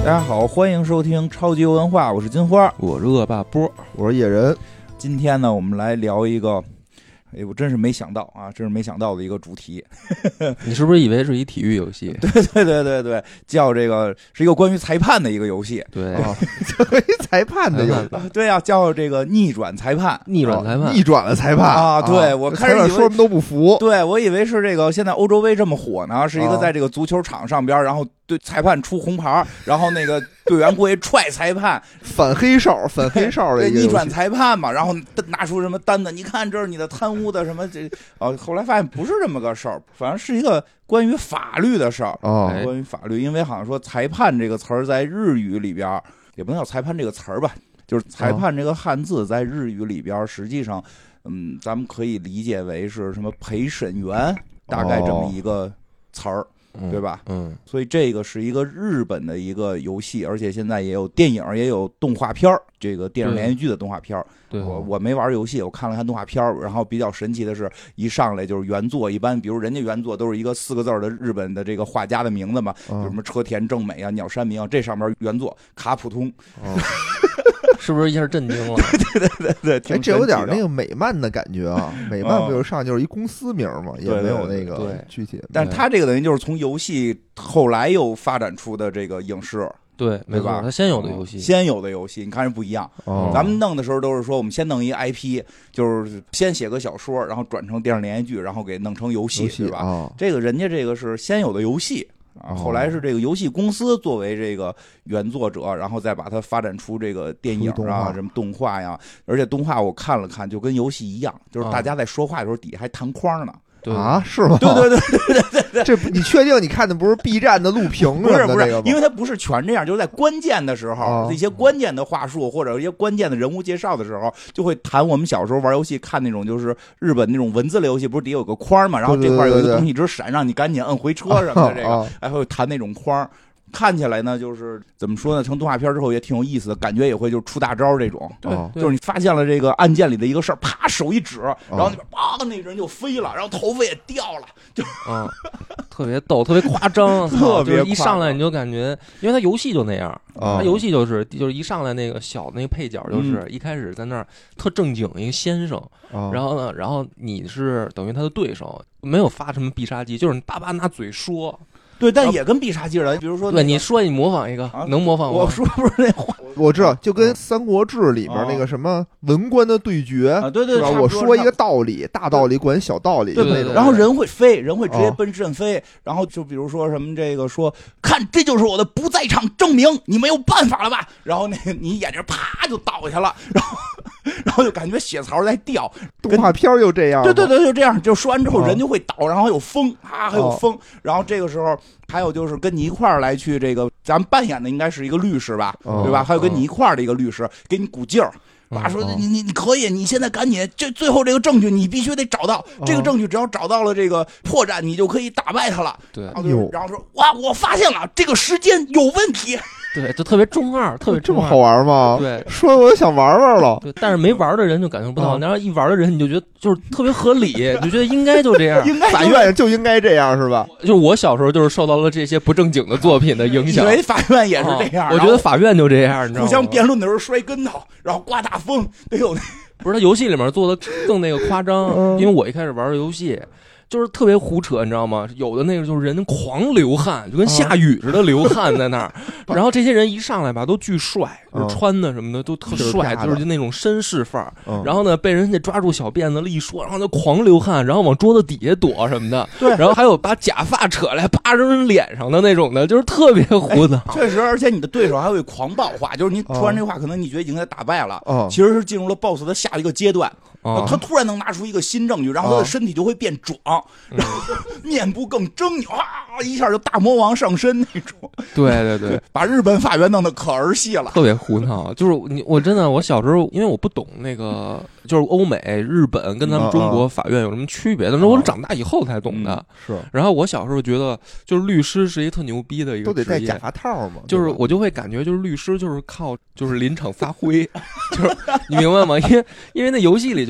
大家好，欢迎收听超级文化，我是金花， 我是恶霸波， 我是野人。 今天呢，我们来聊一个，我真是没想到啊，真是没想到的一个主题。 你是不是以为是一体育游戏？ 对，叫这个是一个关于裁判的一个游戏。 对， 关于裁判的游戏。 对啊，叫这个逆转裁判。 逆转裁判， 逆转了裁判啊！对，我开始以为说什么都不服。 对，我以为是这个现在欧洲杯这么火呢，是一个在这个足球场上边，然后对裁判出红牌，然后那个队员过去踹裁判， 反黑哨的逆转裁判嘛，然后拿出什么单子，你看这是你的贪污的什么这后来发现不是这么个事儿，反正是一个关于法律的事儿关于法律，因为好像说裁判这个词儿在日语里边也不能叫裁判这个词儿吧，就是裁判这个汉字在日语里边实际上咱们可以理解为是什么陪审员，大概这么一个词儿。对吧？所以这个是一个日本的一个游戏，而且现在也有电影，也有动画片这个电视连续剧的动画片。 对， 我没玩游戏，我看了看动画片，然后比较神奇的是，一上来就是原作，一般比如人家原作都是一个4个字的日本的这个画家的名字嘛，比如什么车田正美啊、鸟山明啊，这上面原作卡普通。 是不是一下震惊了？ 对， 这有点那个美漫的感觉啊。美漫不是上就是一公司名嘛，也没有那个具体的。 但是它这个等于就是从游戏后来又发展出的这个影视。 对，没错，它先有的游戏， 你看是不一样。咱们弄的时候都是说，我们先弄一 IP， 就是先写个小说，然后转成电视连续剧，然后给弄成游戏，对吧？这个人家这个是先有的游戏。后来是这个游戏公司作为这个原作者，然后再把它发展出这个电影啊、什么动画呀，而且动画我看了看，就跟游戏一样，就是大家在说话的时候底下还弹框呢。 啊，是吗？ 对， 这你确定你看的不是 B 站的录屏？ 不是，因为它不是全这样，就是在关键的时候，一些关键的话术或者一些关键的人物介绍的时候，就会谈我们小时候玩游戏看那种就是日本那种文字类游戏，不是底下有个框嘛，然后这块有一个东西一直闪，让你赶紧摁回车什么的，这个还会弹那种框。看起来呢，就是怎么说呢？成动画片之后也挺有意思的，感觉也会就出大招这种。 对， 就是你发现了这个案件里的一个事儿，啪手一指，然后那边那人就飞了，然后头发也掉了，就特别逗，特别夸张， 特别就是一上来你就感觉，因为他游戏就那样，他游戏就是一上来那个小那个配角就是一开始在那儿特正经一个先生，然后呢，然后你是等于他的对手，没有发什么必杀技，就是你叭叭拿嘴说。 对，但也跟必杀技似的，比如说、 对，你说你模仿一个，能模仿我说不是那话， 我知道，就跟《三国志》里边那个什么文官的对决对， 是吧？我说一个道理，大道理管小道理， 对，然后人会飞，人会直接奔阵飞，然后就比如说什么这个说，看这就是我的不在场证明，你没有办法了吧？然后那个你眼睛啪就倒下了，然后就感觉血槽在掉。 动画片就这样， 对，就这样，就说完之后人就会倒，然后有风还有风，然后这个时候。还有就是跟你一块儿来去这个，咱们扮演的应该是一个律师吧，对吧？还有跟你一块儿的一个律师，给你鼓劲儿，说你可以，你现在赶紧，最后这个证据你必须得找到，这个证据只要找到了这个破绽，你就可以打败他了。 对， 然后说哇，我发现了这个时间有问题。 对，就特别中二，特别这么好玩吗？ 对， 说我想玩玩了。 对，但是没玩的人就感受不到，然后一玩的人你就觉得就是特别合理，就觉得应该就这样， 法院就应该这样，是吧？ 就是我小时候就是受到了这些不正经的作品的影响， 以为法院也是这样。 我觉得法院就这样，你知道吗？ 互相辩论的时候摔跟头，然后刮大风，得有。 不是，他游戏里面做的更那个夸张，因为我一开始玩游戏。就是特别胡扯，你知道吗？有的那个就是人狂流汗，就跟下雨似的流汗在那儿。然后这些人一上来吧，都巨帅，就是穿的什么的都特帅，就是那种绅士范儿。然后呢，被人家抓住小辫子了一说，然后就狂流汗，然后往桌子底下躲什么的。 对， 然后还有把假发扯来扒扔人脸上的那种的，就是特别胡闹。 确实，而且你的对手还会狂暴化，就是你说完这话，可能你觉得已经给打败了，其实是进入了 BOSS 的下一个阶段。他突然能拿出一个新证据，然后他的身体就会变壮，然后面部更狰狞，一下就大魔王上身那种。 对， 把日本法院弄得可儿戏了， 特别胡闹。就是我真的，我小时候因为我不懂那个，就是欧美、日本跟咱们中国法院有什么区别，但是我长大以后才懂的。 是。 然后我小时候觉得，就是律师是一个特牛逼的一个职业， 都得戴假发套嘛。 就是我就会感觉，就是律师就是靠就是临场发挥，就是你明白吗？因为那游戏里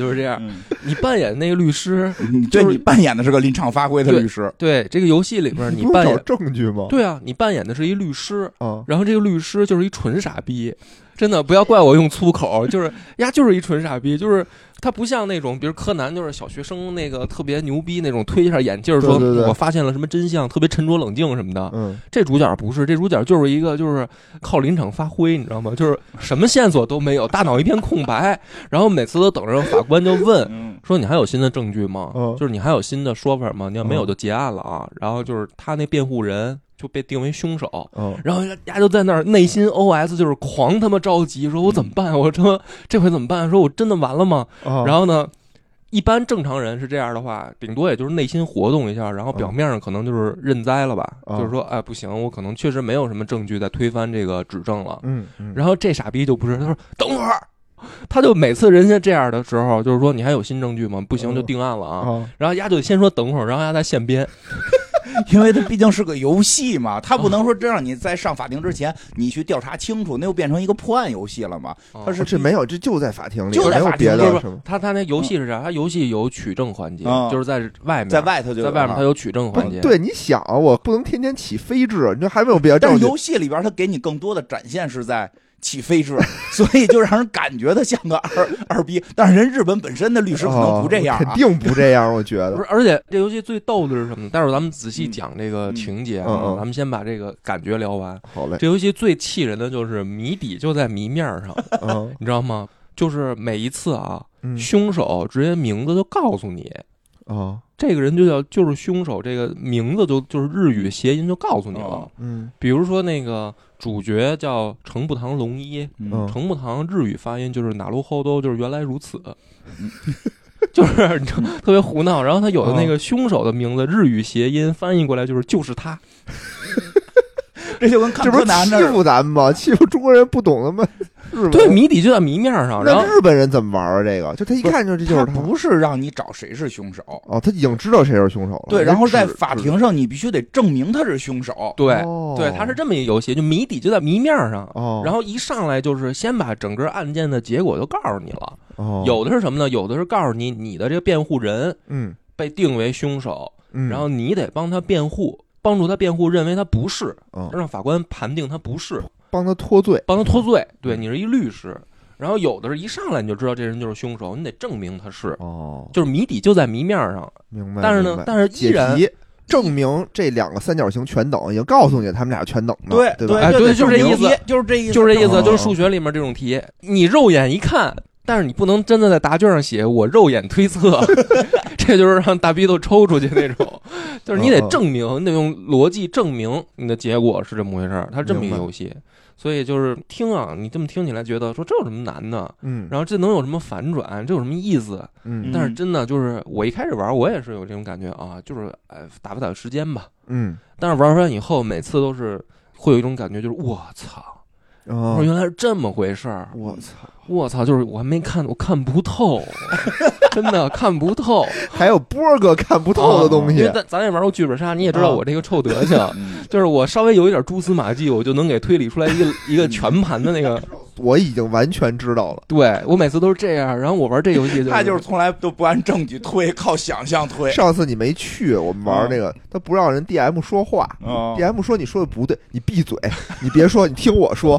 就是这样。你扮演那个律师， 对，你扮演的是个临场发挥的律师。 对，这个游戏里边你扮演证据吗？ 对啊，你扮演的是一律师，然后这个律师就是一纯傻逼。真的不要怪我用粗口，就是就是一纯傻逼，就是他不像那种，比如柯南就是小学生那个特别牛逼那种，推一下眼镜说我发现了什么真相，特别沉着冷静什么的。这主角不是，这主角就是一个就是靠临场发挥，你知道吗？就是什么线索都没有，大脑一片空白，然后每次都等着法官就问说你还有新的证据吗？就是你还有新的说法吗？你要没有就结案了啊。然后就是他那辩护人就被定为凶手，然后丫就在那儿内心 OS 就是狂他妈着急，说我怎么办？我这回怎么办？说我真的完了吗？然后呢，一般正常人是这样的话，顶多也就是内心活动一下，然后表面上可能就是认栽了吧，就是说哎不行，我可能确实没有什么证据在推翻这个指证了。然后这傻逼就不是，他说等会儿。他就每次人家这样的时候，就是说你还有新证据吗？不行就定案了啊。然后丫就先说等会儿，然后丫再现编。 因为它毕竟是个游戏嘛，他不能说真让你在上法庭之前你去调查清楚，那又变成一个破案游戏了嘛。他是这没有，这就在法庭里， 就在法庭里。 他那游戏是啥？他游戏有取证环节，就是在外面， 在外头他有取证环节。 对，你想啊，我不能天天起飞智，你说还没有必要。 但是游戏里边他给你更多的展现是在起飞智，所以就让人感觉他像个二逼。但是人日本本身的律师可能不这样， 肯定不这样，我觉得。 而且这游戏最逗的是什么？待会儿咱们仔细讲这个情节啊，咱们先把这个感觉聊完。 好嘞。 这游戏最气人的就是谜底就在谜面上，你知道吗？就是每一次啊，凶手直接名字就告诉你。这个人就是凶手，这个名字就是日语谐音就告诉你了。比如说那个主角叫程步堂龙一，程步堂日语发音就是哪路后都就是原来如此，就是特别胡闹。然后他有的那个凶手的名字日语谐音翻译过来就是他。 这就跟看柯南这不是欺负咱们吗？欺负中国人不懂他们日文。 对，谜底就在谜面上。然后日本人怎么玩啊？这个就他一看就这就是他，不是让你找谁是凶手他已经知道谁是凶手了。 对，然后在法庭上你必须得证明他是凶手。 对，对，他是这么一个游戏，就谜底就在谜面上。然后一上来就是先把整个案件的结果就告诉你了。有的是什么呢？有的是告诉你你的这个辩护人被定为凶手，然后你得帮他辩护。帮助他辩护，认为他不是，让法官判定他不是， 帮他脱罪。 对，你是一律师。然后有的是一上来你就知道这人就是凶手，你得证明他是。就是谜底就在谜面上。 明白。 但是呢，依然证明这两个三角形全等，已经告诉你他们俩全等的。 对吧？ 对，就是这意思， 就是这意思， 就是数学里面这种题，你肉眼一看。但是你不能真的在答卷上写我肉眼推测，这就是让大逼都抽出去那种。就是你得证明，你得用逻辑证明你的结果是这么回事。它是这么一个游戏，所以就是听啊，你这么听起来觉得说这有什么难的？然后这能有什么反转？这有什么意思？但是真的就是我一开始玩，我也是有这种感觉啊，就是打发时间吧。但是玩完以后，每次都是会有一种感觉，就是我操。我说原来是这么回事儿！我操！就是我还没看，我看不透，真的看不透。 还有波哥看不透的东西。 因为咱也玩过剧本杀，你也知道我这个臭德行，就是我稍微有一点蛛丝马迹，我就能给推理出来一个全盘的那个。 我已经完全知道了。 对，我每次都是这样。然后我玩这游戏， 他就是从来都不按证据推，靠想象推。 上次你没去，我们玩那个，他不让人 DM 说话，DM 说你说的不对，你闭嘴，你别说，你听我说。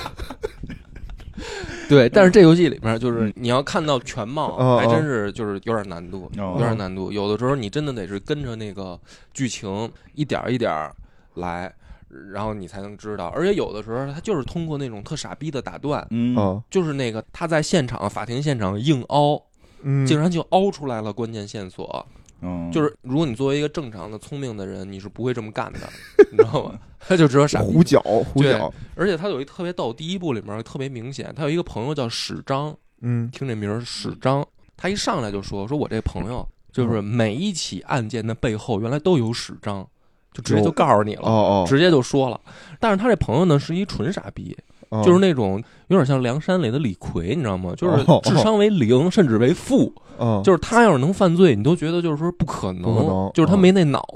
对，但是这游戏里面就是你要看到全貌，还真是就是有点难度，有点难度。有的时候你真的得是跟着那个剧情一点一点来。然后你才能知道，而且有的时候他就是通过那种特傻逼的打断，就是那个他在现场法庭现场硬凹，竟然就凹出来了关键线索。就是如果你作为一个正常的聪明的人，你是不会这么干的，你知道吗？他就只有傻逼胡搅。 而且他有一特别逗，第一部里面特别明显，他有一个朋友叫史章，听这名史章，他一上来就说我这朋友就是每一起案件的背后原来都有史章。就直接就告诉你了，直接就说了。但是他这朋友呢是一纯傻逼，就是那种有点像梁山里的李逵，你知道吗？就是智商为0，甚至为负。就是他要是能犯罪，你都觉得就是说不可能，就是他没那脑子。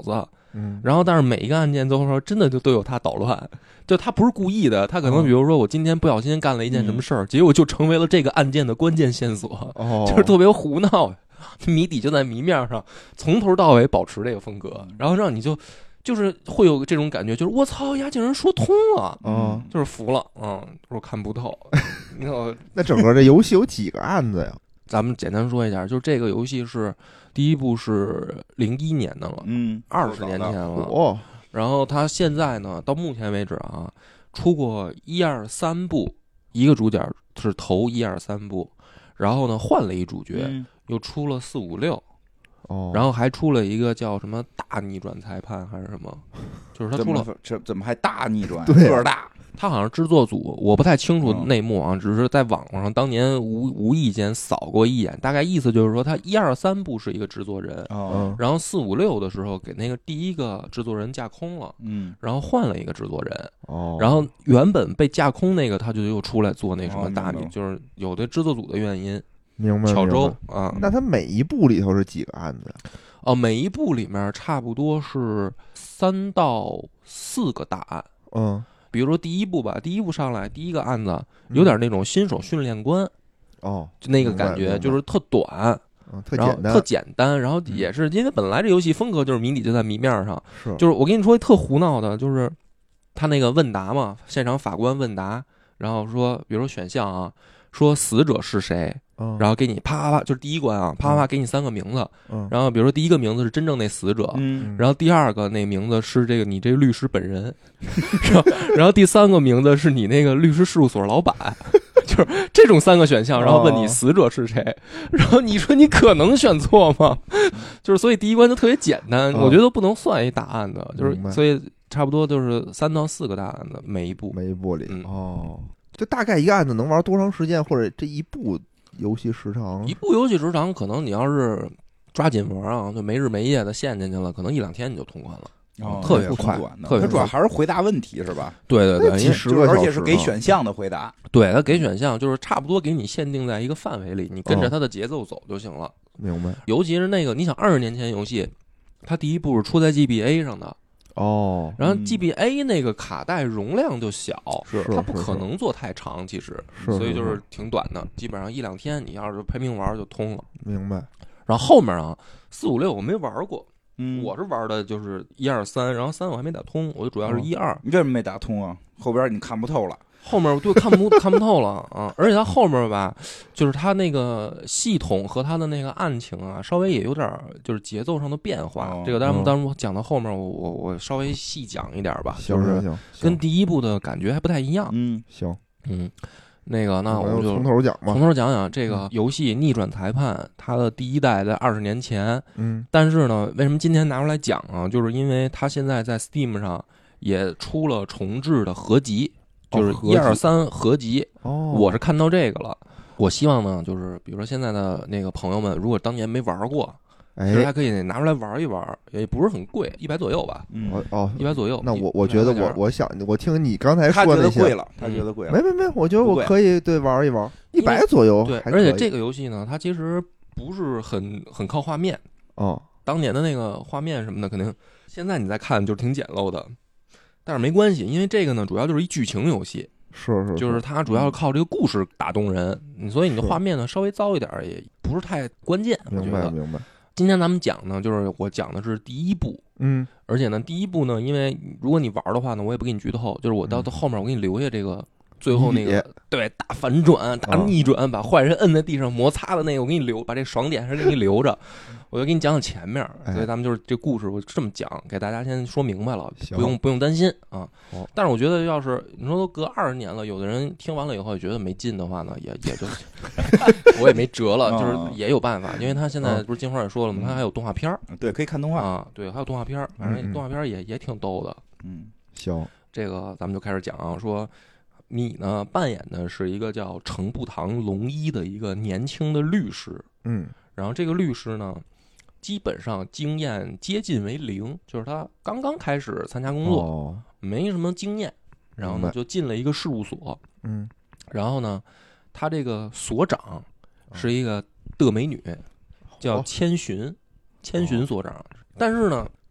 然后但是每一个案件最后说真的就都有他捣乱，就他不是故意的，他可能比如说我今天不小心干了一件什么事儿，结果就成为了这个案件的关键线索，就是特别胡闹，谜底就在谜面上，从头到尾保持这个风格，然后让你就是会有这种感觉，就是我操，丫竟然说通了，就是服了，我看不透。 那整个这游戏有几个案子呀？ 咱们简单说一下，就是这个游戏是第一部是01年的了，20年前了。然后它现在呢，到目前为止啊，出过1、2、3部，一个主角是头1、2、3部，然后呢换了一主角，又出了4、5、6。然后还出了一个叫什么大逆转裁判还是什么，就是他出了这怎么还大逆转？ 对， 个大。 他好像制作组我不太清楚内幕啊，只是在网上当年无意间扫过一眼，大概意思就是说他1、2、3部是一个制作人，然后4、5、6的时候给那个第一个制作人架空了，然后换了一个制作人，然后原本被架空那个他就又出来做那什么大逆，就是有的制作组的原因。 明白， 巧周啊， 那他每一部里头是几个案子？ 每一部里面差不多是3到4个大案。比如说第一部吧，第一部上来第一个案子有点那种新手训练官， 就那个感觉就是特短，特简单，然后也是因为本来这游戏风格就是谜底就在谜面上，就是我跟你说特胡闹的，就是他那个问答嘛，现场法官问答，然后说，比如说选项啊，说死者是谁。然后给你啪啪啪，就是第一关啊，啪啪啪给你3个名字，然后比如说第一个名字是真正那死者，然后第二个那名字是这个你这个律师本人，然后第3个名字是你那个律师事务所老板，就是这种3个选项，然后问你死者是谁，然后你说你可能选错吗？就是所以第一关就特别简单，我觉得不能算一大案子，就是所以差不多就是3到4个大案子每一部里，就大概一个案子能玩多长时间，或者这一部游戏时长？ 一部游戏时长可能你要是抓紧玩啊，就没日没夜的陷进去了，可能1、2天你就通关了，特别快，特别快。 它主要还是回答问题是吧？ 对， 几十个小时， 而且是给选项的回答。 对，它给选项就是差不多给你限定在一个范围里，你跟着它的节奏走就行了。 明白。 尤其是那个，你想20年前游戏，它第一部是出在 GBA 上的。然后 GBA 那个卡带容量就小，它不可能做太长，其实，所以就是挺短的，基本上1、2天，你要是陪命玩就通了。 明白。 然后后面啊，4、5、6我没玩过，我是玩的就是1、2、3，然后3我还没打通，我就主要是1、2。 你为什么没打通啊？后边你看不透了。 后面对看不透了啊！而且它后面吧，就是它那个系统和它的那个案情啊，稍微也有点就是节奏上的变化。这个当然讲到后面，我稍微细讲一点吧，就是跟第一部的感觉还不太一样。 行， 那个那我们就从头讲吧， 从头讲讲这个游戏《逆转裁判》，它的第一代在20年前。但是呢，为什么今天拿出来讲啊？就是因为它现在在 Steam 上也出了重制的合集。就是1、2、3合集，我是看到这个了。我希望呢，就是比如说现在的那个朋友们，如果当年没玩过，其实还可以拿出来玩一玩，也不是很贵，100左右吧。100左右。 那我觉得我想我听你刚才说那些， 他觉得贵了， 没，我觉得我可以玩一玩，100左右。 对，而且这个游戏呢，它其实不是很靠画面。当年的那个画面什么的，肯定现在你再看就挺简陋的。但是没关系，因为这个呢，主要就是一剧情游戏，就是它主要是靠这个故事打动人，所以你的画面呢稍微糟一点也不是太关键。 明白。 今天咱们讲呢，就是我讲的是第一部，而且呢，第一部呢，因为如果你玩的话呢，我也不给你剧透，就是我到后面我给你留下这个最后那个对大反转、大逆转，把坏人摁在地上摩擦的那个，我给你留，把这爽点还是给你留着。我就给你讲讲前面，所以咱们就是这故事我这么讲，给大家先说明白了，不用担心啊。但是我觉得，要是你说都隔20年了，有的人听完了以后也觉得没劲的话呢，也就我也没辙了，就是也有办法，因为他现在不是金花也说了吗？他还有动画片对，可以看动画啊，对，还有动画片，反正动画片也挺逗的。 行， 这个咱们就开始讲啊，说你呢扮演的是一个叫程步堂龙一的一个年轻的律师，然后这个律师呢，基本上经验接近为0，就是他刚刚开始参加工作，没什么经验，然后呢就进了一个事务所，然后呢，他这个所长是一个的美女，叫千寻所长，但是呢，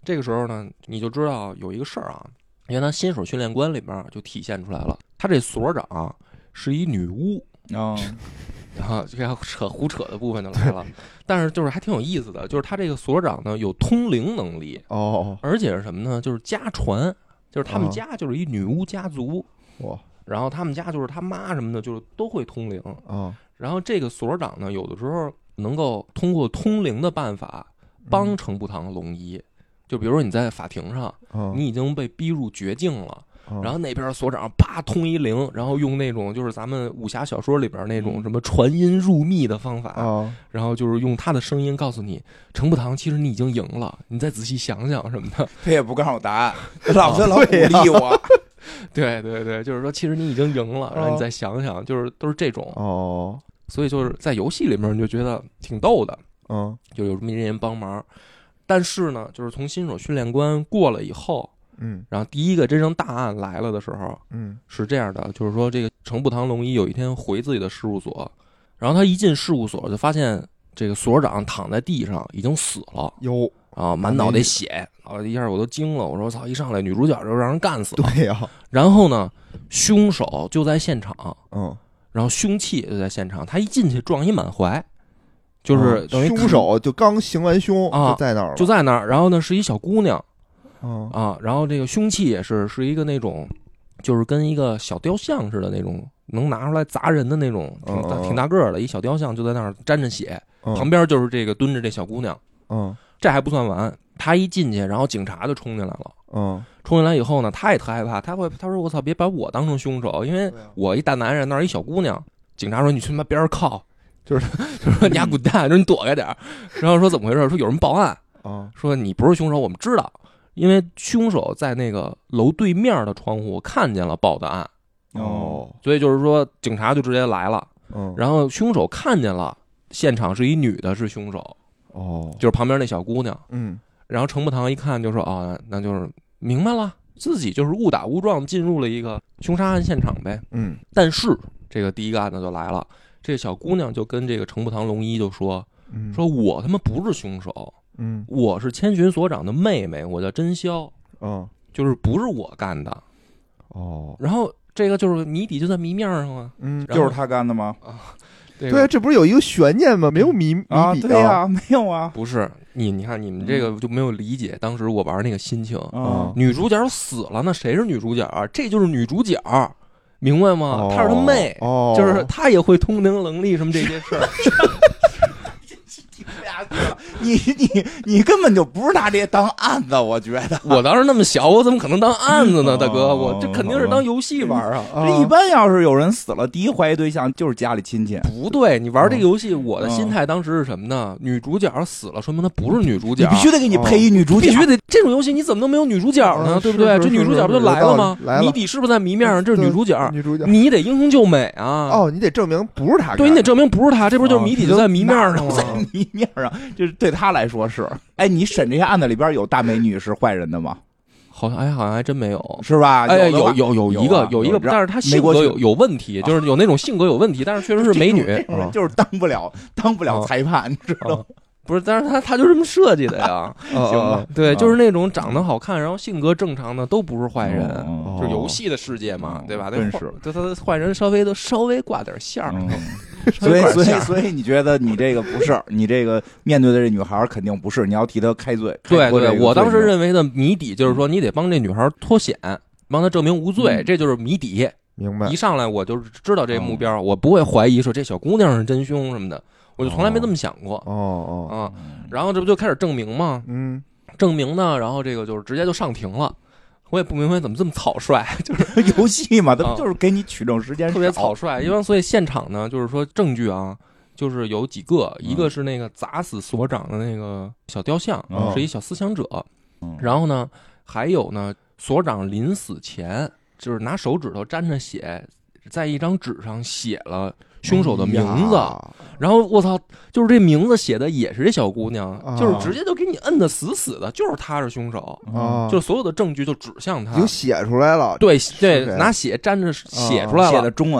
这个时候呢，你就知道有一个事儿啊，因为他新手训练官里边就体现出来了，他这所长是一女巫然后这个胡扯的部分就来了，但是就是还挺有意思的，就是他这个所长呢有通灵能力而且是什么呢？就是家传，就是他们家就是一女巫家族然后他们家就是他妈什么的，就是都会通灵然后这个所长呢，有的时候能够通过通灵的办法帮程步堂龙一，就比如说你在法庭上，你已经被逼入绝境了。然后那边所长啪通一灵，然后用那种就是咱们武侠小说里边那种什么传音入密的方法然后就是用他的声音告诉你，程步堂其实你已经赢了，你再仔细想想什么的。 他也不告诉我答案，老鼓励我。 对对对，就是说其实你已经赢了，然后你再想想，就是都是这种所以就是在游戏里面你就觉得挺逗的就有这么一人帮忙。但是呢，就是从新手训练官过了以后然后第一个真正大案来了的时候是这样的，就是说这个程步堂龙一有一天回自己的事务所，然后他一进事务所就发现这个所长躺在地上已经死了满脑袋血一下我都惊了，我说操，一上来女主角就让人干死了。 对呀然后呢凶手就在现场然后凶器就在现场，他一进去撞一满怀，就是等于凶手就刚行完凶就在那儿然后呢是一小姑娘然后这个凶器也是一个那种就是跟一个小雕像似的那种能拿出来砸人的那种挺大个的一小雕像，就在那儿沾着血旁边就是这个蹲着这小姑娘这还不算完，他一进去然后警察就冲进来了冲进来以后呢，他也特害怕，他说我操，别把我当成凶手，因为我一大男人，那儿一小姑娘。警察说你去他妈边上靠，就是说你丫滚蛋，说你躲开点。然后说怎么回事？说有人报案说你不是凶手，我们知道，因为凶手在那个楼对面的窗户看见了报的案所以就是说警察就直接来了然后凶手看见了现场是一女的是凶手就是旁边那小姑娘然后程步堂一看就说那就是明白了，自己就是误打误撞进入了一个凶杀案现场呗但是这个第一个案子就来了，这小姑娘就跟这个程步堂龙一就说我他妈不是凶手我是千寻所长的妹妹，我叫真宵就是不是我干的然后这个就是谜底就在谜面上啊就是他干的吗对，这不是有一个悬念吗？没有谜底对呀没有不是你看你们这个就没有理解当时我玩那个心情女主角死了，那谁是女主角这就是女主角明白吗她是她妹就是她也会通灵能力什么这些事儿你根本就不是拿这些当案子，我觉得我当时那么小，我怎么可能当案子呢？大哥，我这肯定是当游戏玩这一般要是有人死了，第一怀疑对象就是家里亲戚。 不对，你玩这个游戏，我的心态当时是什么呢？女主角死了，说明她不是女主角， 你必须得给你配一女主角， 必须得这种游戏你怎么能没有女主角呢？对不对？这女主角不就来了吗？谜底是不是在谜面上？这是女主角，你得英雄救美啊！ 你得证明不是她， 对，你得证明不是她，这不就是谜底就在谜面上吗？ 在谜面上，就是对他来说是。哎，你审这些案子里边有大美女是坏人的吗？ 好像还真没有， 是吧？ 有一个，但是他性格有问题，就是有那种性格有问题，但是确实是美女， 就是当不了裁判，你知道吗？ 不是，但是他就这么设计的呀， 行吧？ 对，就是那种长得好看，然后性格正常的都不是坏人，就是游戏的世界嘛，对吧？ 真是， 他的坏人稍微挂点线儿。 所以你觉得你这个不是，你这个面对的这女孩肯定不是，你要替她开罪。 对，我当时认为的谜底就是说，你得帮这女孩脱险，帮她证明无罪，这就是谜底。 明白？ 一上来我就知道这个目标，我不会怀疑说这小姑娘是真凶什么的，我就从来没这么想过。然后这不就开始证明吗？证明呢，然后这个就是直接就上庭了。我也不明白怎么这么草率，就是游戏嘛，它就是给你取证时间特别草率。因为所以现场呢，就是说证据就是有几个，一个是那个砸死所长的那个小雕像，是一小思想者。然后呢，还有呢，所长临死前就是拿手指头沾着血，在一张纸上写了凶手的名字，然后我操，就是这名字写的也是这小姑娘，就是直接就给你摁得死死的，就是她是凶手，就所有的证据就指向她， 已经写出来了， 对，拿血沾着写出来了， 写的中文，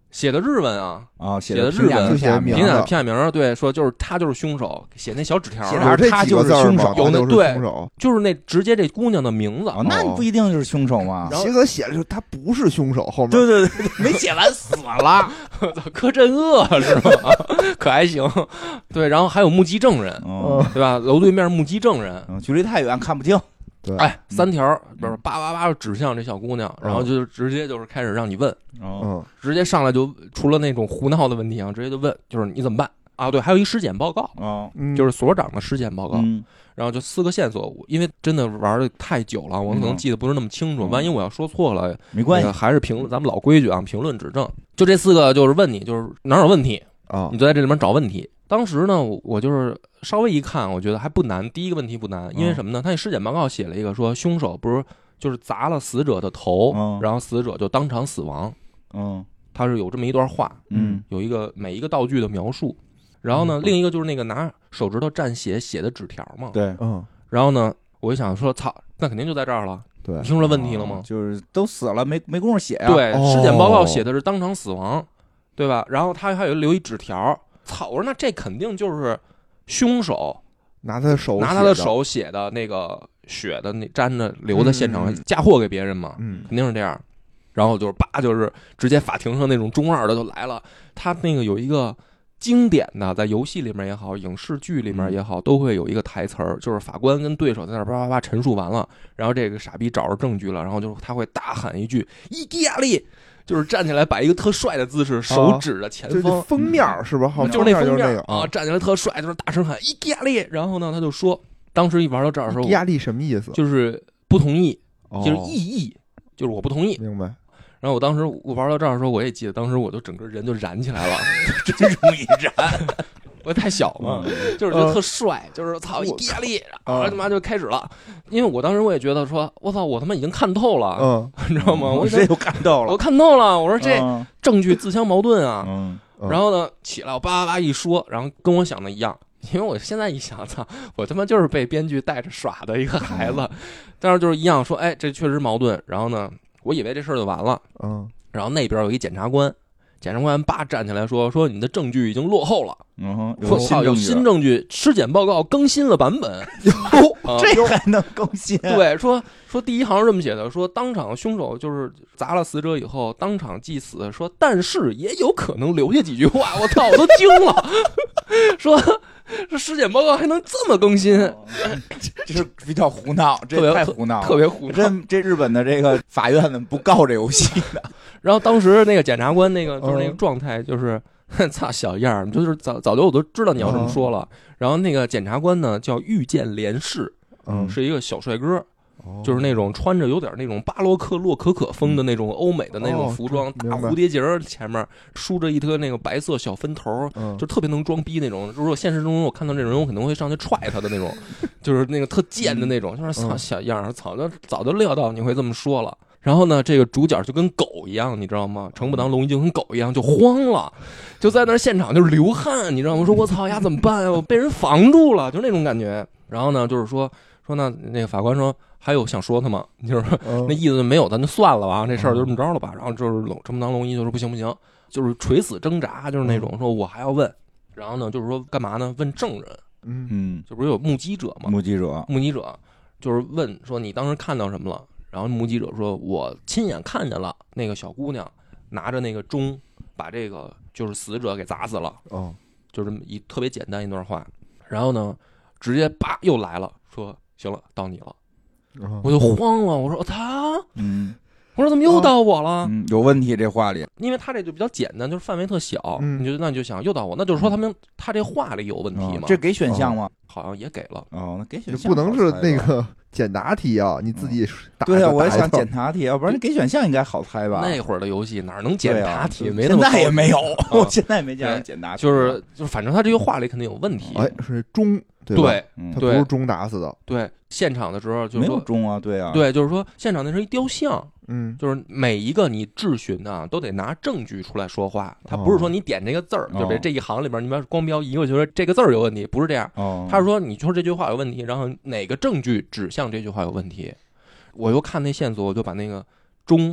写的日文啊，写的日文， 平假名，对，说就是他就是凶手，写那小纸条， 他就是凶手， 有那对， 就是那直接这姑娘的名字， 那你不一定是凶手吗？ 协和写的就是他不是凶手，后面对，没写完死了， 柯震恶是吗？可还行，对，然后还有目击证人，对吧？楼对面目击证人， 距离太远看不清。 哎，3条不是叭指向这小姑娘，然后就直接就是开始让你问，直接上来就除了那种胡闹的问题啊，直接就问，就是你怎么办啊？对，还有一尸检报告就是所长的尸检报告，然后就4个线索，因为真的玩的太久了，我可能记得不是那么清楚，万一我要说错了没关系， 还是咱们老规矩啊，评论指正。就这4个就是问你，就是哪有问题啊？你就在这里面找问题。当时呢，我就是稍微一看，我觉得还不难。第一个问题不难，因为什么呢？他那尸检报告写了一个说，凶手不是就是砸了死者的头，然后死者就当场死亡。他是有这么一段话，有每一个道具的描述。然后呢，另一个就是那个拿手指头蘸血写的纸条嘛。 对， 然后呢，我就想说，操，那肯定就在这儿了。 对， 你听出来问题了吗？ 就是都死了，没工夫写啊。 对，尸检报告写的是当场死亡，对吧？然后他还有留一纸条。操！我说那这肯定就是凶手拿他的手写的那个血的那沾着留在现场嫁祸给别人嘛，肯定是这样。然后就是就是直接法庭上那种中二的就来了。他那个有一个经典的，在游戏里面也好，影视剧里面也好，都会有一个台词儿，就是法官跟对手在那叭陈述完了，然后这个傻逼找着证据了，然后就是他会大喊一句“伊基亚利”。就是站起来摆一个特帅的姿势，手指着前方， 封面是吧？ 就是那封面啊，站起来特帅，就是大声喊“伊基亚利”。然后呢，他就说，当时一玩到这儿的时候， 伊基亚利什么意思？ 就是不同意，就是异议，就是我不同意。 明白。 然后我当时我玩到这儿的时候，我也记得，当时我就整个人就燃起来了， 真容易燃。 我太小嘛，就是觉得特帅，就是操伊基亚利，然后他妈就开始了。因为我当时我也觉得说，我操，我他妈已经看透了，你知道吗？我谁都看透了， 我看透了。我说这证据自相矛盾啊。然后呢，起来我叭一说，然后跟我想的一样。因为我现在一想，操，我他妈就是被编剧带着耍的一个孩子。但是就是一样说，哎，这确实矛盾。然后呢，我以为这事儿就完了。然后那边有一检察官。检察官站起来说你的证据已经落后了，有新证据，尸检报告更新了版本， 这还能更新？ 对，说第一行是这么写的，说当场凶手就是砸了死者以后当场祭死，说但是也有可能留下几句话，我操，我都惊了，说尸检报告还能这么更新， 这是比较胡闹，这太胡闹了， 特别胡闹。 这日本的这个法院怎么不告这游戏的？ 然后当时那个检察官就是那个状态就是操小样儿，就是早就我都知道你要这么说了。然后那个检察官呢叫御见廉士，是一个小帅哥。就是那种穿着有点那种巴洛克洛可可风的那种欧美的那种服装，大蝴蝶结前面梳着一颗那个白色小分头，就特别能装逼那种。如果现实中我看到这种人，我可能会上去踹他的那种，就是那个特贱的那种，就是操小样儿，早就料到你会这么说了。然后呢，这个主角就跟狗一样，你知道吗？程不当龙一就跟狗一样，就慌了，就在那现场就是流汗，你知道吗？说我操呀，怎么办呀？我被人防住了，就那种感觉。然后呢，就是说那个法官说还有想说他吗？就是那意思没有，咱就算了吧，这事儿就这么着了吧。然后就是程不当龙一就说不行，就是垂死挣扎，就是那种说我还要问。然后呢，就是说干嘛呢？问证人，就不是有目击者吗？目击者就是问说你当时看到什么了？然后目击者说我亲眼看见了那个小姑娘拿着那个钟把这个就是死者给砸死了。就是一特别简单一段话。然后呢，直接又来了，说行了，到你了。我就慌了，我说他，我说怎么又到我了？ 有问题这话里， 因为他这就比较简单，就是范围特小，那你就想又到我，那就是说他这话里有问题吗？ 这给选项吗？ 好像也给了。 那给选项不能是那个简答题啊，你自己打。 对啊，我也想简答题，要不然你给选项应该好猜吧？ 那会儿的游戏哪能简答题？没那么现在也没有，我现在也没见着简答题。 就是反正他这个话里肯定有问题。 是钟。 对， 他不是钟打死的。 对，现场的时候就是没有钟啊，对啊， 对，就是说现场那是一雕像，就是每一个你质询的都得拿证据出来说话，他不是说你点这个字儿，就这一行里边你要光标一个就说这个字儿有问题，不是这样，他是说你说这句话有问题，然后哪个证据指向这句话有问题，我又看那线索，我就把那个钟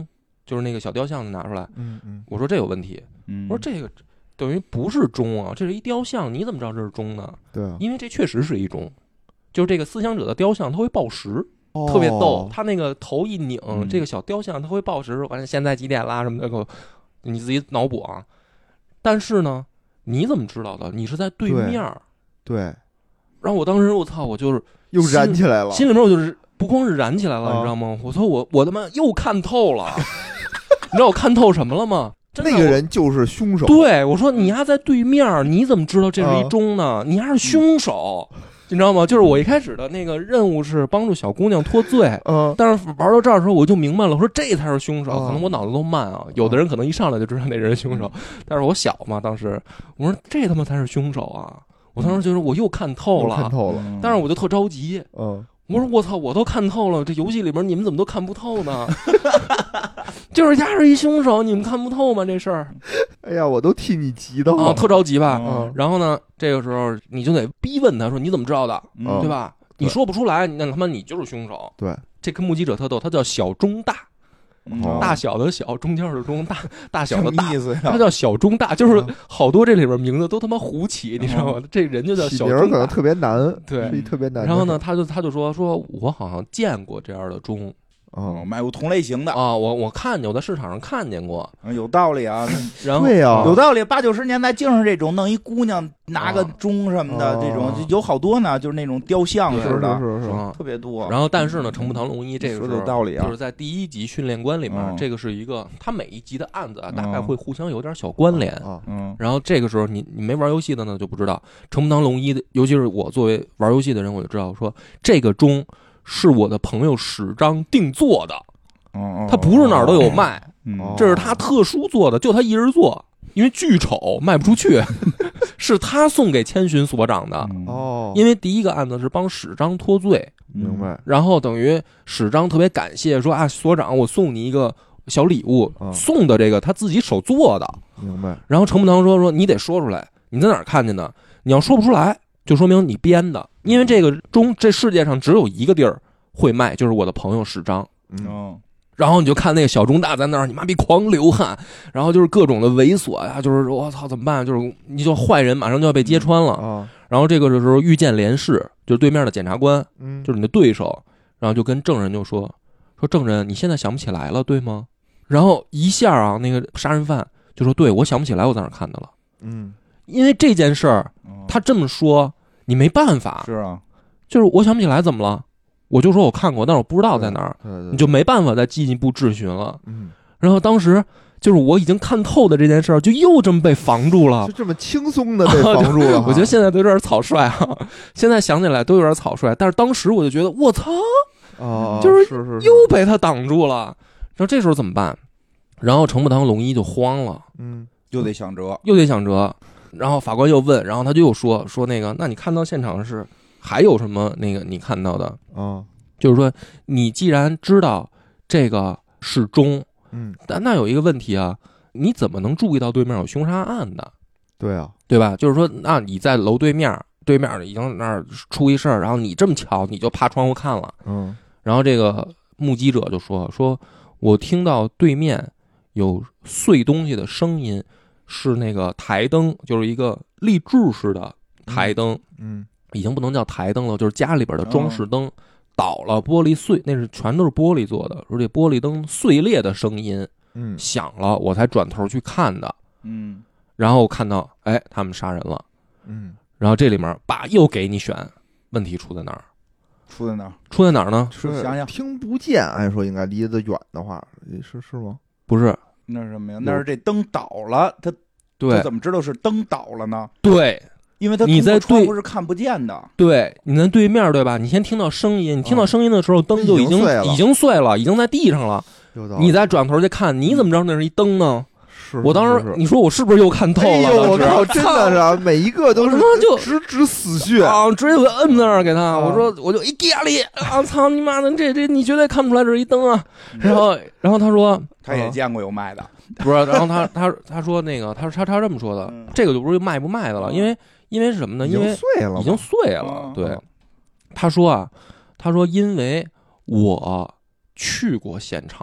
就是那个小雕像拿出来，我说这有问题，我说这个等于不是钟啊，这是一雕像，你怎么知道这是钟呢？ 对啊， 因为这确实是一钟，就是这个思想者的雕像，它会报时，特别逗，他那个头一拧，这个小雕像它会报时，完了现在几点啦什么的，你自己脑补啊。但是呢，你怎么知道的？你是在对面， 对。 然后我当时我操，我就是又燃起来了， 心里面我就是不光是燃起来了，你知道吗？我说我他妈又看透了，你知道我看透什么了吗？ 那个人就是凶手。 对，我说你丫在对面，你怎么知道这是一钟呢？你丫是凶手，你知道吗？就是我一开始的那个任务是帮助小姑娘脱罪，但是玩到这儿的时候我就明白了，我说这才是凶手。可能我脑子都慢啊，有的人可能一上来就知道那人是凶手，但是我小嘛，当时我说这他妈才是凶手啊！我当时觉得我又看透了，但是我就特着急，我说我操，我都看透了，这游戏里边你们怎么都看不透呢？就是他是一凶手，你们看不透吗？这事儿， 哎呀，我都替你急的啊，特着急吧。然后呢，这个时候你就得逼问他说你怎么知道的，对吧？你说不出来，那他妈你就是凶手。 对， 这跟目击者特逗，他叫小中大。大小的小，中间的中，大小的大，他叫小中大，就是好多这里边名字都他妈胡起，你知道吗？这人就叫小中大， 名可能特别难， 对， 特别难。 然后呢，他就说我好像见过这样的钟。 买过同类型的啊，我看见，我在市场上看见过， 有道理啊。 然后对呀， 有道理。80、90年代净是这种，弄一姑娘拿个钟什么的，这种有好多呢，就是那种雕像似的， 是特别多。 然后但是呢，程步堂龙一这个说的有道理啊， 就是在第一集训练官里面，这个是一个他每一集的案子啊，大概会互相有点小关联。然后这个时候你没玩游戏的呢就不知道，程步堂龙一的，尤其是我作为玩游戏的人，我就知道说这个钟是我的朋友史章定做的。他不是哪儿都有卖，这是他特殊做的，就他一人做，因为巨丑卖不出去，是他送给千寻所长的。因为第一个案子是帮史章脱罪， 明白。 然后等于史章特别感谢，说啊，所长，我送你一个小礼物，送的这个他自己手做的， 明白。 然后程步堂说你得说出来，你在哪儿看见的？你要说不出来，就说明你编的，因为这个钟这世界上只有一个地儿会卖，就是我的朋友史章。然后你就看那个小钟大在那儿，你妈逼狂流汗，然后就是各种的猥琐呀，就是我操怎么办？就是你就坏人马上就要被揭穿了。然后这个时候遇见连氏，就是对面的检察官，就是你的对手，然后就跟证人就说证人，你现在想不起来了对吗？然后一下啊，那个杀人犯就说对，我想不起来我在哪儿看的了。因为这件事儿他这么说你没办法， 是啊， 就是我想不起来怎么了。我就说我看过，但是我不知道在哪儿，你就没办法再进一步质询了。然后当时就是我已经看透的这件事儿，就又这么被防住了， 就这么轻松的被防住了。 我觉得现在都有点草率啊，现在想起来都有点草率，但是当时我就觉得我操，就是又被他挡住了。然后这时候怎么办？然后程步堂龙一就慌了， 又得想辙。 然后法官又问，然后他就又说那个，那你看到现场是？还有什么那个你看到的就是说你既然知道这个是钟，但那有一个问题啊，你怎么能注意到对面有凶杀案的？ 对啊， 对吧？就是说，那你在楼对面已经那儿出一事儿，然后你这么巧你就趴窗户看了，然后这个目击者就说我听到对面有碎东西的声音，是那个台灯，就是一个立柱式的台灯，已经不能叫台灯了，就是家里边的装饰灯倒了，玻璃碎，那是全都是玻璃做的，说这玻璃灯碎裂的声音，响了，我才转头去看的，然后看到，哎，他们杀人了，然后这里面爸又给你选，问题出在哪儿？ 出在哪儿？ 出在哪儿呢？ 想想， 听不见，按说应该离得远的话，是吗？ 不是， 那是什么呀？那是这灯倒了，他怎么知道是灯倒了呢？ 对。 因为你在窗户是看不见的， 对，你在对面对吧？你先听到声音，你听到声音的时候，灯就已经碎了，已经在地上了。你再转头去看，你怎么知道那是一灯呢？我当时你说我是不是又看透了？ 我靠，真的是啊，每一个都是就直指死穴啊！直接就摁那儿给他，我说我就一压力啊！操你妈的，这你绝对看不出来这是一灯啊！然后他说他也见过有卖的， 不是？然后他说那个他这么说的，这个就不是卖不卖的了，因为是什么呢？因为已经碎了。对，他说因为我去过现场，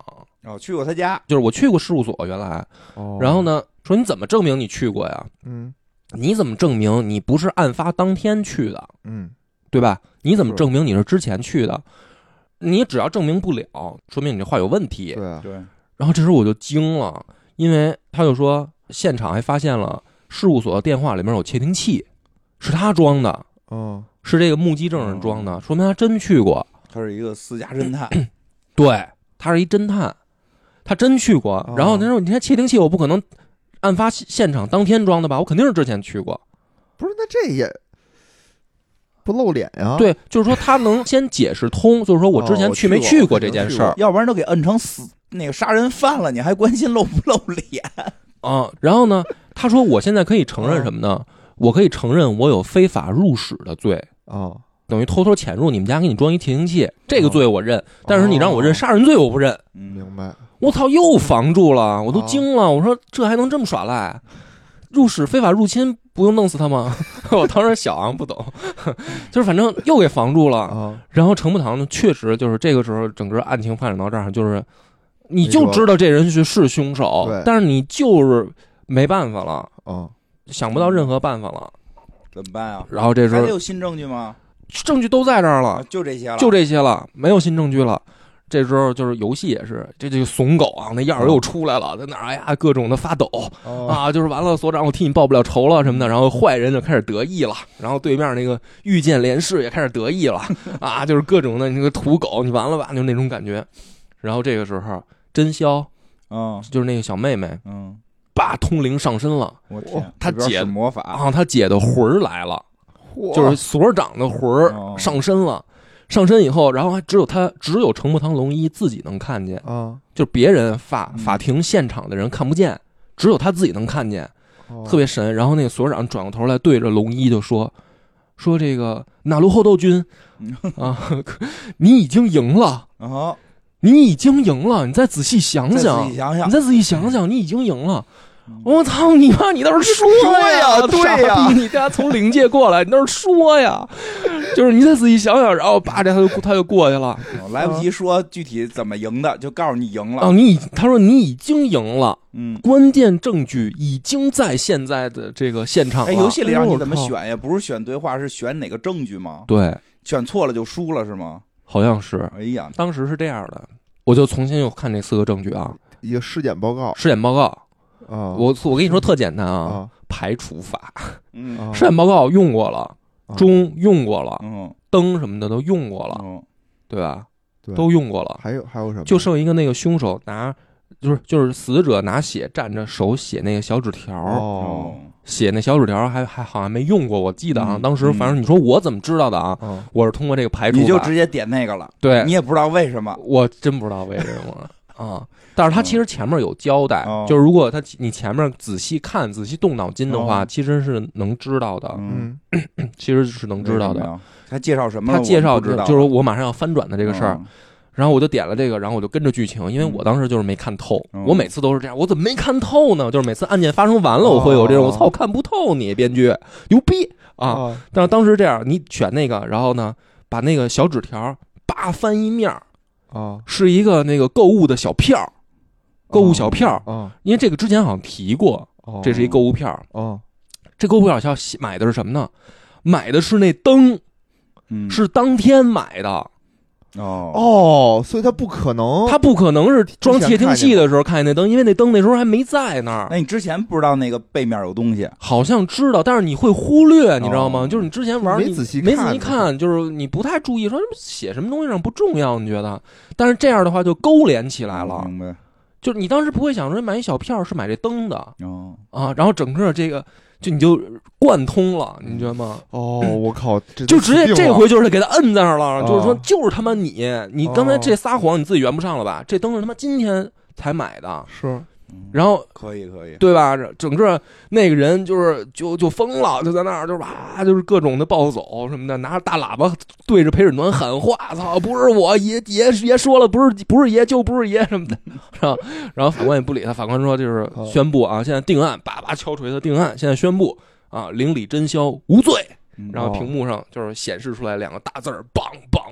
哦，去过他家， 就是我去过事务所原来。然后呢，说你怎么证明你去过呀？你怎么证明你不是案发当天去的？对吧？你怎么证明你是之前去的？你只要证明不了，说明你这话有问题。 对。 然后这时候我就惊了，因为他就说现场还发现了事务所的电话里面有窃听器，是他装的。是这个目击证人装的，说明他真去过。 他是一个私家侦探。 对，他是一侦探，他真去过。然后他说：“你看窃听器，我不可能案发现场当天装的吧？我肯定是之前去过。” 不是，那这也不露脸呀？ 对，就是说他能先解释通，就是说我之前去没去过这件事儿， 要不然都给摁成那个杀人犯了，你还关心露不露脸啊？然后呢，他说我现在可以承认什么呢？我可以承认我有非法入室的罪等于偷偷潜入你们家给你装一窃听器，这个罪我认。但是你让我认杀人罪，我不认。 明白？ 我操，又防住了，我都惊了。我说这还能这么耍赖？入室非法入侵不用弄死他吗？我当时小不懂，就是反正又给防住了。然后程步堂呢，确实就是这个时候整个案情发展到这儿，就是你就知道这人是凶手，但是你就是没办法了想不到任何办法了， 怎么办啊？ 然后这时候还有新证据吗？ 证据都在这儿了， 就这些了， 没有新证据了。这时候就是游戏也是，这个怂狗啊，那样又出来了，在那儿哎呀各种的发抖就是完了，所长我替你报不了仇了什么的，然后坏人就开始得意了，然后对面那个御剑连氏也开始得意了就是各种的那个土狗，你完了吧，就那种感觉。然后这个时候真宵就是那个小妹妹把通灵上身了， 我天， 他姐魔法他姐的魂来了，就是所长的魂上身了。上身以后，然后还只有程步堂龙一自己能看见就别人法庭现场的人看不见，只有他自己能看见特别神。然后那个所长转过头来对着龙一就说这个哪路后斗君你已经赢了你已经赢了，你再仔细想想，你已经赢了。我操你妈！你倒是说呀， 对呀， 你家从灵界过来，你倒是说呀，就是你再仔细想想，然后叭这他就过去了， 来不及说具体怎么赢的，就告诉你赢了他说你已经赢了，关键证据已经在现在的这个现场了。 游戏里让你怎么选呀？不是选对话，是选哪个证据吗？ 对， 选错了就输了是吗？ 好像是。 哎呀， 当时是这样的，我就重新又看这4个证据一个尸检报告。 我跟你说特简单排除法。尸检报告用过了，钟用过了，灯什么的都用过了，对吧？都用过了。 还有什么？ 就剩一个那个凶手拿，就是死者拿血蘸着手写那个小纸条。写那小纸条还好像没用过，我记得当时反正你说我怎么知道的我是通过这个排除法， 你就直接点那个了。 对， 你也不知道为什么， 我真不知道为什么但是他其实前面有交代，就是如果你前面仔细看、仔细动脑筋的话，其实是能知道的。其实是能知道的。 他介绍什么？ 他介绍就是我马上要翻转的这个事儿。然后我就点了这个，然后我就跟着剧情，因为我当时就是没看透。我每次都是这样，我怎么没看透呢？就是每次案件发生完了，我会有这种我操看不透你编剧牛逼但是当时这样，你选那个，然后呢，把那个小纸条翻一面是一个那个购物的小票。购物小票因为这个之前好像提过，这是一购物票这购物票买的是什么呢？买的是那灯，是当天买的所以他不可能是装窃听器的时候看见那灯，因为那灯那时候还没在那儿。 那你之前不知道那个背面有东西？ 好像知道，但是你会忽略，你知道吗？就是你之前玩没仔细看，就是你不太注意，说写什么东西上不重要，你觉得？但是这样的话就勾连起来了。 明白。 就是你当时不会想说买一小票是买这灯的然后整个这个你就贯通了，你觉得吗？ 我靠， 就直接这回就是给他摁在那儿了，就是说就是他妈你刚才这撒谎你自己圆不上了吧？这灯是他妈今天才买的， 是。 然后可以， 对吧？整个那个人就疯了，就在那儿就是各种的暴走什么的，拿着大喇叭对着陪审团喊话：“操，不是我爷说了，不是爷就不是爷什么的。”然后法官也不理他，法官说就是宣布现在定案，叭敲锤子定案，现在宣布邻里真宵无罪。然后屏幕上就是显示出来2个大字儿：梆梆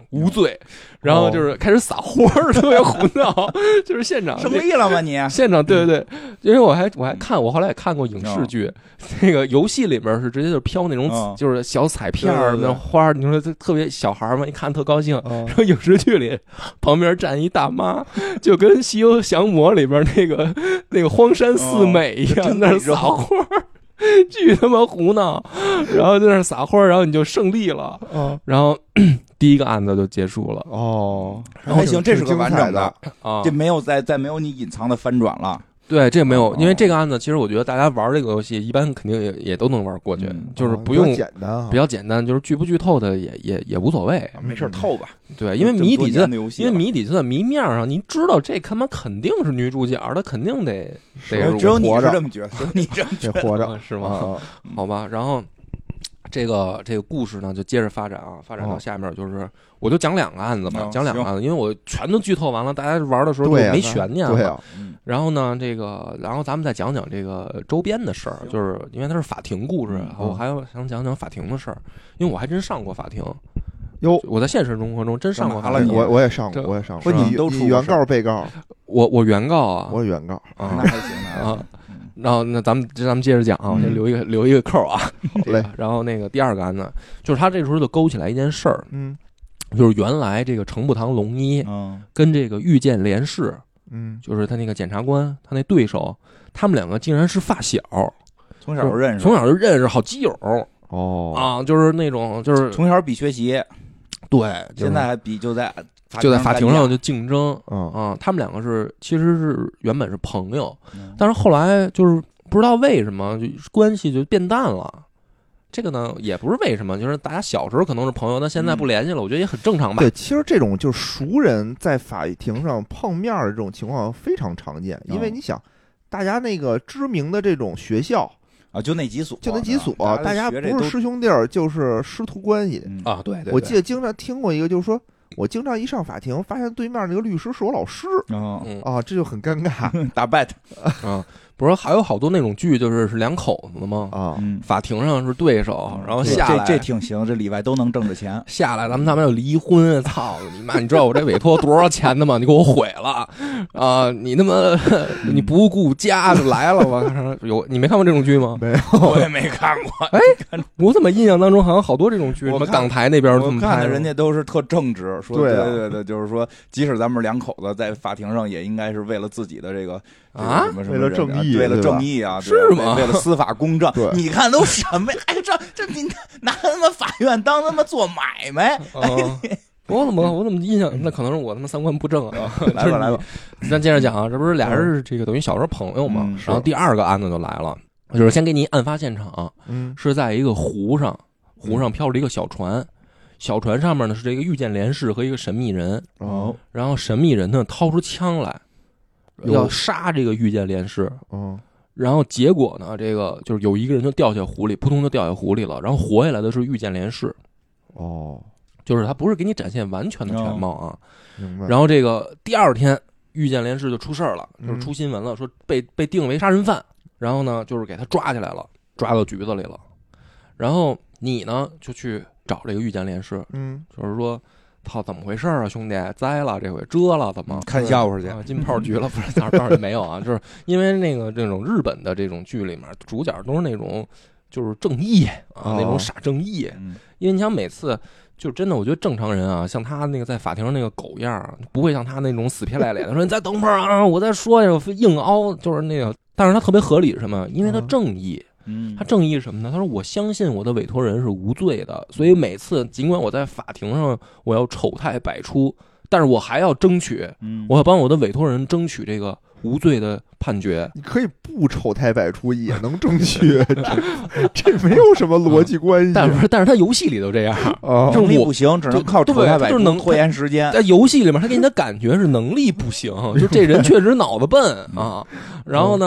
无罪，然后就是开始撒欢儿，特别胡闹，就是现场胜利了吗你？ 现场对对对，因为我还看，我后来也看过影视剧，那个游戏里边是直接就飘那种就是小彩片儿那花儿，你说特别小孩嘛，一看特高兴。然后影视剧里旁边站一大妈，就跟《西游降魔》里边那个荒山四美一样，那撒花儿。巨他妈胡闹，然后在那撒花，然后你就胜利了，然后第一个案子就结束了。 还行，这是个完整的啊， 这没有再没有你隐藏的翻转了。 对，这没有，因为这个案子其实我觉得大家玩这个游戏一般肯定也都能玩过去，就是不用比较简单，就是剧不剧透的也无所谓， 没事透吧。 对，因为谜底就在谜面上，你知道这他妈肯定是女主角，她肯定得只有你是这么觉得，只有你这么觉得活着是吗？好吧，然后。这个故事呢，就接着发展啊，发展到下面就是，我就讲2个案子吧，讲2个案子，因为我全都剧透完了，大家玩的时候就没悬念了。 对啊， 然后呢，然后咱们再讲讲这个周边的事儿，就是因为它是法庭故事，我还想讲讲法庭的事儿，因为我还真上过法庭。我在现实生活中真上过法庭。 我也上过，我也上过。你原告被告？ 我原告啊， 我原告啊， 那还行啊。 然后那咱们接着讲啊，我先留一个扣啊。 好嘞。 然后那个第2个案子，就是他这时候就勾起来一件事儿，就是原来这个程步堂龙一，跟这个御剑连氏，就是他那个检察官，他那对手，他们2个竟然是发小， 从小就认识，好基友啊，就是那种就是从小比学习， 对， 现在还比就在法庭上就竞争，他们2个其实是原本是朋友，但是后来就是不知道为什么就关系就变淡了。这个呢也不是为什么，就是大家小时候可能是朋友，但现在不联系了，我觉得也很正常吧。 对，其实这种就是熟人在法庭上碰面的这种情况非常常见，因为你想，大家那个知名的这种学校啊，就那几所， 大家不是师兄弟儿就是师徒关系啊。对， 我记得经常听过一个，就是说。我经常一上法庭，发现对面那个律师是我老师这就很尴尬， 打败他啊！不是还有好多那种剧，就是2口子的吗？法庭上是对手，然后下来这挺行，这里外都能挣着钱。 下来咱们要离婚，操你妈！你知道我这委托多少钱的吗？你给我毁了啊！你他妈你不顾家就来了吗？你没看过这种剧吗？ 没有， 我也没看过。 哎，我怎么印象当中好像好多这种剧？什么港台那边这么拍的？人家都是特正直，说对，就是说，即使咱们2口子在法庭上，也应该是为了自己的这个为了正义。 为了正义啊， 是吗？ 为了司法公正，你看都什么？哎，这你拿他妈法院当他妈做买卖？ 我怎么印象？那可能是我他妈3观不正啊！ 来吧， 咱接着讲啊，这不是俩人是这个等于小时候朋友嘛？然后第2个案子就来了，就是先给你案发现场，是在一个湖上漂着一个小船，小船上面呢是这个御剑连氏和一个神秘人，然后神秘人呢掏出枪来。要杀这个御剑连氏，然后结果呢，这个就是有一个人就掉下湖里，扑通就掉下湖里了，然后活下来的是御剑连氏，就是他不是给你展现完全的全貌啊，然后这个第2天，御剑连氏就出事了，就是出新闻了，说被定为杀人犯，然后呢，就是给他抓起来了，抓到局子里了，然后你呢就去找这个御剑连氏，就是说。操，怎么回事啊，兄弟？栽了，这回遮了，怎么看笑话去？ 进炮局了？不是，当然没有啊，就是因为这种日本的这种剧里面，主角都是那种就是正义啊，那种傻正义。因为你想每次就真的，我觉得正常人啊，像他那个在法庭上那个狗样，不会像他那种死皮赖脸的说你再等会儿啊，我再说呀，硬凹，就是那个。但是他特别合理是什么？因为他正义。他正义是什么呢？他说我相信我的委托人是无罪的，所以每次尽管我在法庭上我要丑态百出，但是我还要争取，我要帮我的委托人争取这个无罪的判决。 你可以不丑态百出也能争取，这没有什么逻辑关系。 但是他游戏里都这样， 能力不行，只能靠丑态百出，能拖延时间。 在游戏里面，他给你的感觉是能力不行，就这人确实脑子笨啊。然后呢？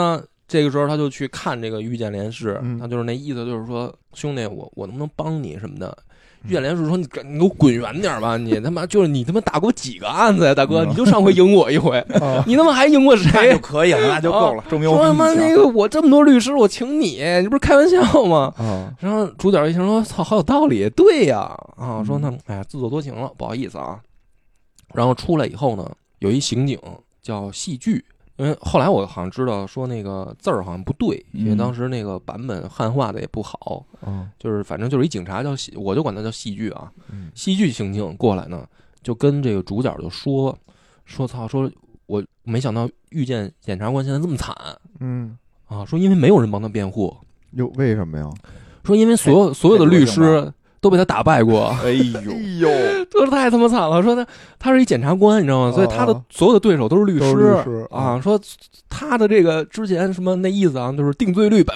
这个时候他就去看这个御剑连氏，他就是那意思，就是说兄弟，我能不能帮你什么的。御剑连氏说：“你给我滚远点吧！你他妈就是你他妈打过几个案子呀，大哥！你就上回赢我一回，你他妈还赢过谁？ 那就可以了，那就够了。证明我说他妈那个我这么多律师，我请你，你不是开玩笑吗？然后主角一听说：操，好有道理，对呀！啊，说那哎呀，自作多情了，不好意思啊。然后出来以后呢，有一刑警叫戏剧。”因为后来我好像知道说那个字儿好像不对，因为当时那个版本汉化的也不好，就是反正就是一警察叫戏，我就管他叫戏剧啊。戏剧刑警过来呢，就跟这个主角就说操，说我没想到遇见检察官现在这么惨，说因为没有人帮他辩护， 哟，为什么呀？ 说因为所有的律师都被他打败过， 哎呦， 这太他妈惨了！说他是一检察官，你知道吗？所以他的所有的对手都是律师啊。说他的这个之前什么那意思啊，就是定罪率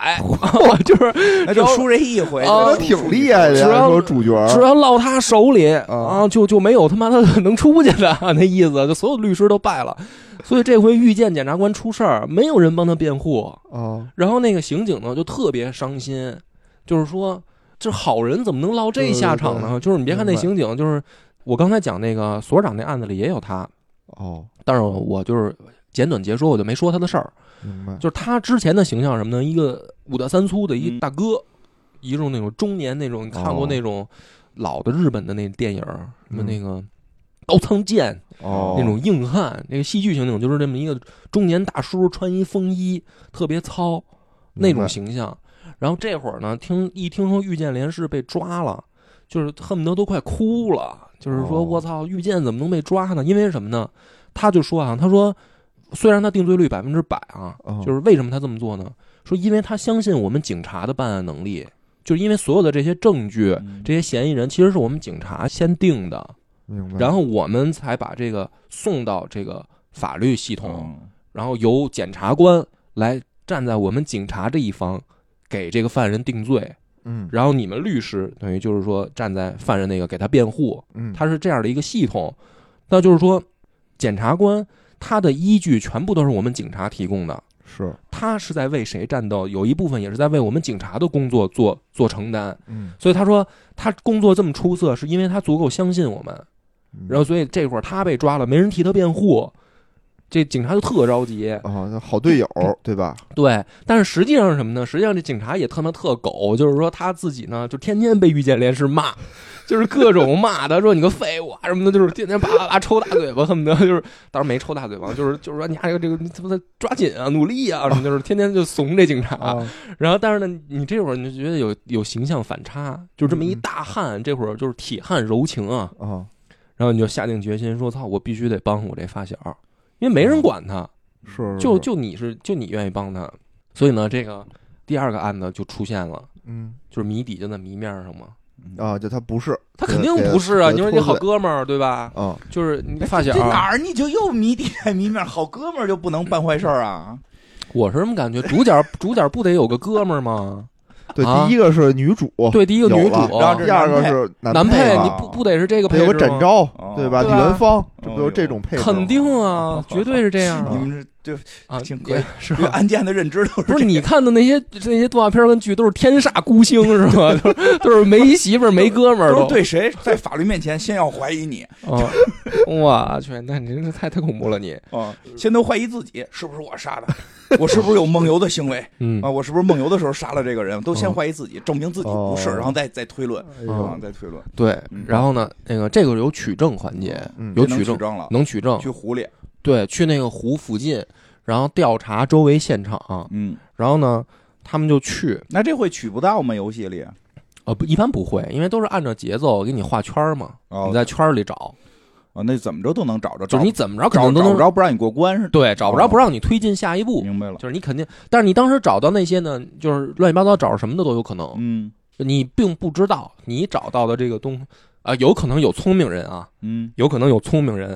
100%，就是那就输这一回啊，挺厉害的呀。说主角只要落他手里啊，就没有他妈的能出去的那意思，就所有律师都败了。所以这回遇见检察官出事儿，没有人帮他辩护啊。然后那个刑警呢就特别伤心，就是说。这好人怎么能落这下场呢？对，就是你别看那刑警，就是我刚才讲那个所长那案子里也有他但是我就是简短截说，我就没说他的事儿。 明白， 就是他之前的形象什么呢？一个五大三粗的一大哥，一种那种中年那种，你看过那种老的日本的那电影，什么那个刀仓剑那种硬汉，那个戏剧刑警就是这么一个中年大叔，穿一风衣，特别糙那种形象。然后这会儿呢，一听说御剑连氏被抓了，就是恨不得都快哭了。就是说，我操，御剑怎么能被抓呢？因为什么呢？他就说啊，他说，虽然他定罪率100%啊，就是为什么他这么做呢？说因为他相信我们警察的办案能力，就是因为所有的这些证据、这些嫌疑人，其实是我们警察先定的，然后我们才把这个送到这个法律系统，然后由检察官来站在我们警察这一方。给这个犯人定罪，然后你们律师等于就是说站在犯人那个给他辩护，他是这样的一个系统。那就是说，检察官他的依据全部都是我们警察提供的， 是他是在为谁战斗，有一部分也是在为我们警察的工作做承担。所以他说他工作这么出色，是因为他足够相信我们。然后所以这会儿他被抓了，没人替他辩护。这警察就特着急好队友对吧？ 对，但是实际上是什么呢？实际上这警察也他妈特狗，就是说他自己呢，就天天被御剑连氏骂，就是各种骂他，说你个废物啊什么的，就是天天啪抽大嘴巴，恨不得就是当然没抽大嘴巴，就是说你还有这个你怎么抓紧啊，努力啊什么，就是天天就怂这警察。然后但是呢，你这会儿你就觉得有形象反差，就这么一大汉，这会儿就是铁汉柔情啊，然后你就下定决心说，操，我必须得帮我这发小。因为没人管他，就你愿意帮他，所以呢，这个第二个案子就出现了，就是谜底就在谜面上嘛， 就他不是， 他肯定不是啊！你说你好哥们儿对吧？就是你发小， 哪儿你就又谜底在谜面，好哥们儿就不能办坏事啊？ 我是什么感觉？主角不得有个哥们儿吗？ 对，第一个是女主， 对，第一个女主， 然后第二个是男配，你不得是这个配置吗？ 有个展昭，对吧？李元芳，这不有这种配置？ 肯定啊，绝对是这样。 你们这挺是对案件的认知都是不是？你看的那些动画片跟剧都是天煞孤星是吧？都是没媳妇儿没哥们儿， 都对谁在法律面前先要怀疑你？ 我去，那你这太恐怖了你先都怀疑自己是不是我杀的。我是不是有梦游的行为？我是不是梦游的时候杀了这个人？都先怀疑自己，证明自己不是，然后再推论，再推论。 对，然后呢，这个有取证环节，有取证了， 能取证。 去湖里， 对，去那个湖附近，然后调查周围现场。然后呢，他们就去。 那这会取不到吗？游戏里？ 不，一般不会，因为都是按照节奏给你画圈嘛，你在圈里找。 那怎么着都能找着， 就是你怎么着可能都能找不着，不让你过关是？ 对，找不着不让你推进下一步。 明白了， 就是你肯定，但是你当时找到那些呢，就是乱七八糟找什么的都有可能。你并不知道你找到的这个东有可能有聪明人啊，有可能有聪明人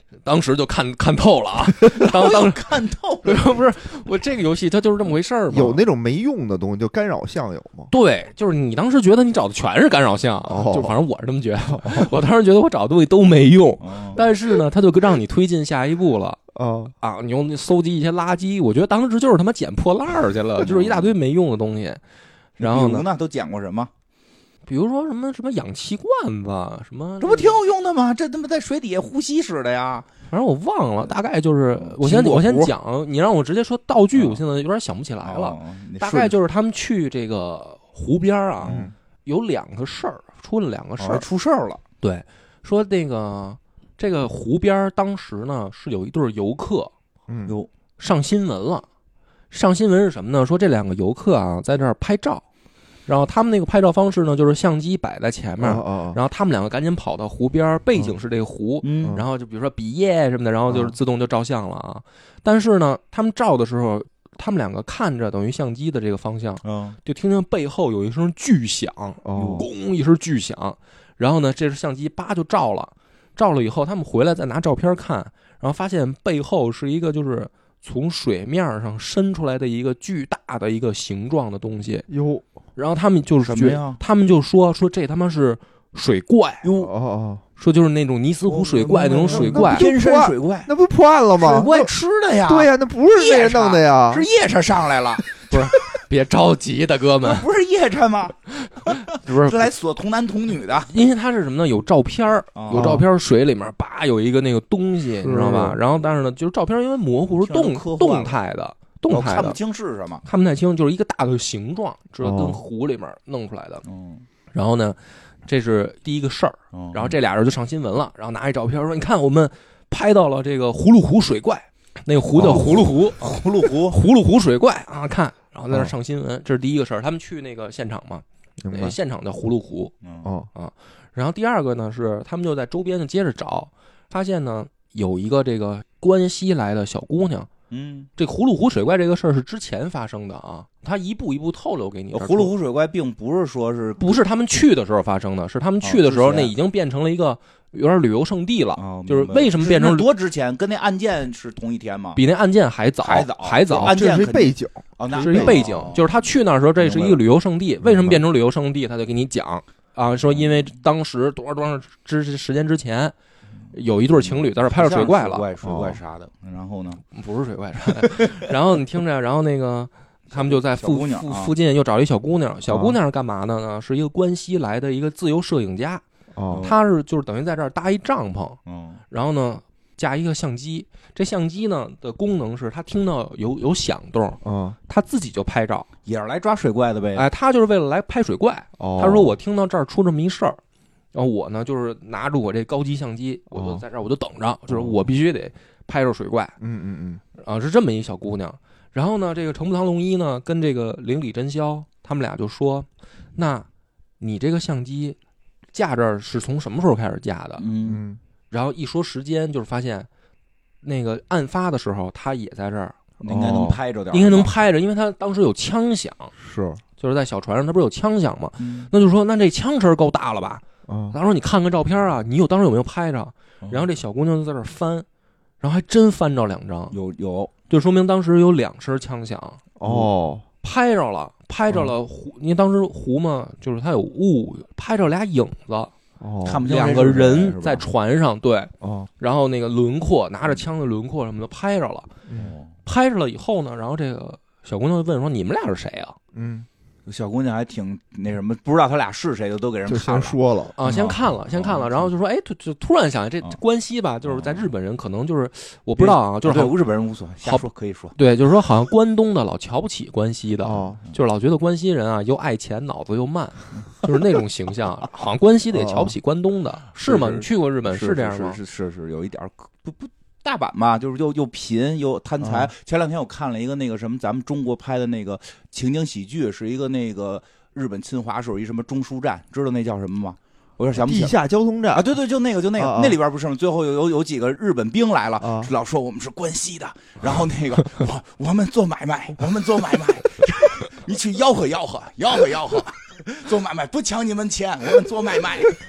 当时就看透了啊！当看透了，不是我这个游戏它就是这么回事儿嘛。 有那种没用的东西，就干扰项有吗？ 对，就是你当时觉得你找的全是干扰项，就反正我是这么觉得。我当时觉得我找的东西都没用，但是呢，他就让你推进下一步了。你用搜集一些垃圾，我觉得当时就是他妈捡破烂儿去了，就是一大堆没用的东西。然后呢，都捡过什么？ 比如说什么氧气罐子，什么这不挺有用的吗？这他妈在水底下呼吸使的呀！ 反正我忘了，大概就是我先讲，你让我直接说道具，我现在有点想不起来了。大概就是他们去这个湖边啊，有2个事儿，出了2个事儿， 出事儿了。 对，说这个湖边当时呢是有一对游客，上新闻了。上新闻是什么呢？说这2个游客啊在这儿拍照。然后他们那个拍照方式呢，就是相机摆在前面，然后他们2个赶紧跑到湖边，背景是这个湖，然后就比如说比耶什么的，然后就是自动就照相了啊。但是呢，他们照的时候，他们2个看着等于相机的这个方向，就听见背后有一声巨响，咣一声巨响，然后呢，这是相机叭就照了以后，他们回来再拿照片看，然后发现背后是一个就是从水面上伸出来的一个巨大的一个形状的东西哟。 然后他们就是什么呀？ 他们就说这他妈是水怪哟， 说就是那种尼斯湖水怪那种水怪， 天山水怪， 那不破案了吗？ 水怪吃的呀， 对呀，那不是那人弄的呀， 是夜叉上来了， 不是？别着急，大哥们， 不是夜叉吗？ 不是来锁童男童女的， 因为他是什么呢？有照片有照片，水里面叭有一个那个东西，你知道吧？然后但是呢，就是照片因为模糊是动态的。 看不清是什么， 看不太清，就是一个大的形状，知道跟湖里面弄出来的。然后呢，这是第一个事儿。然后这俩人就上新闻了，然后拿一照片说：“你看，我们拍到了这个葫芦湖水怪，那个湖叫葫芦湖，葫芦湖水怪啊，看。”然后在那上新闻，这是第一个事儿。他们去那个现场嘛，现场叫葫芦湖。然后第二个呢是他们就在周边就接着找，发现呢有一个这个关西来的小姑娘。这葫芦湖水怪这个事儿是之前发生的啊，他一步一步透露给你。 葫芦湖水怪并不是说不是他们去的时候发生的，是他们去的时候那已经变成了一个有点旅游胜地了。就是为什么变成多之前？跟那案件是同一天吗？ 比那案件还早。 案件是背景是一背景，就是他去那的时候，这是一个旅游胜地。为什么变成旅游胜地？他就给你讲啊，说因为当时多少时间之前。有一对情侣在这拍着水怪了， 水怪啥的，然后呢， 不是水怪啥的，然后你听着，然后那个他们就在附近又找了一小姑娘，小姑娘是干嘛的呢？是一个关西来的一个自由摄影家，她是就是等于在这儿搭一帐篷，然后呢架一个相机，这相机呢的功能是她听到有响动，她自己就拍照， 也是来抓水怪的呗， 哎，她就是为了来拍水怪，她说我听到这儿出这么一事儿。然后我呢，就是拿着我这高级相机，我就在这儿，我就等着，就是我必须得拍着水怪。是这么一小姑娘。然后呢，这个程步堂龙一呢，跟这个铃里真宵，他们俩就说：“那你这个相机架这儿是从什么时候开始架的？”然后一说时间，就是发现那个案发的时候，他也在这儿， 应该能拍着点， 应该能拍着，因为他当时有枪响，就是在小船上，他不是有枪响吗？那就说那这枪声够大了吧？他说：“你看看照片啊，你当时有没有拍着？”然后这小姑娘就在这翻，然后还真翻着2张， 有， 就说明当时有2声枪响。拍着了湖，因为当时湖嘛，就是它有雾，拍着俩影子， 看不见 2个人在船上，对，然后那个轮廓，拿着枪的轮廓什么的拍着了，拍着了以后呢，然后这个小姑娘就问说：“你们俩是谁啊？” 小姑娘还挺那什么，不知道他俩是谁的，都给人就先说了啊，先看了，然后就说，哎，就突然想这关西吧，就是在日本人可能就是我不知道啊，就是日本人无所谓，瞎说可以说， 对，就是说好像关东的老瞧不起关西的，就是老觉得关西人啊又爱钱，脑子又慢，就是那种形象，好像关西的也瞧不起关东的，是吗？你去过日本是这样吗？ 是有一点不。大阪嘛，就是又贫又贪财。前2天我看了一个那个什么，咱们中国拍的那个情景喜剧，是一个那个日本侵华时候一什么中枢站，知道那叫什么吗？我有点想不起来。 地下交通站啊，对，就那个，那里边不是吗？最后有几个日本兵来了，老说我们是关西的，然后那个我们做买卖，你去吆喝，做买卖不抢你们钱，我们做买卖。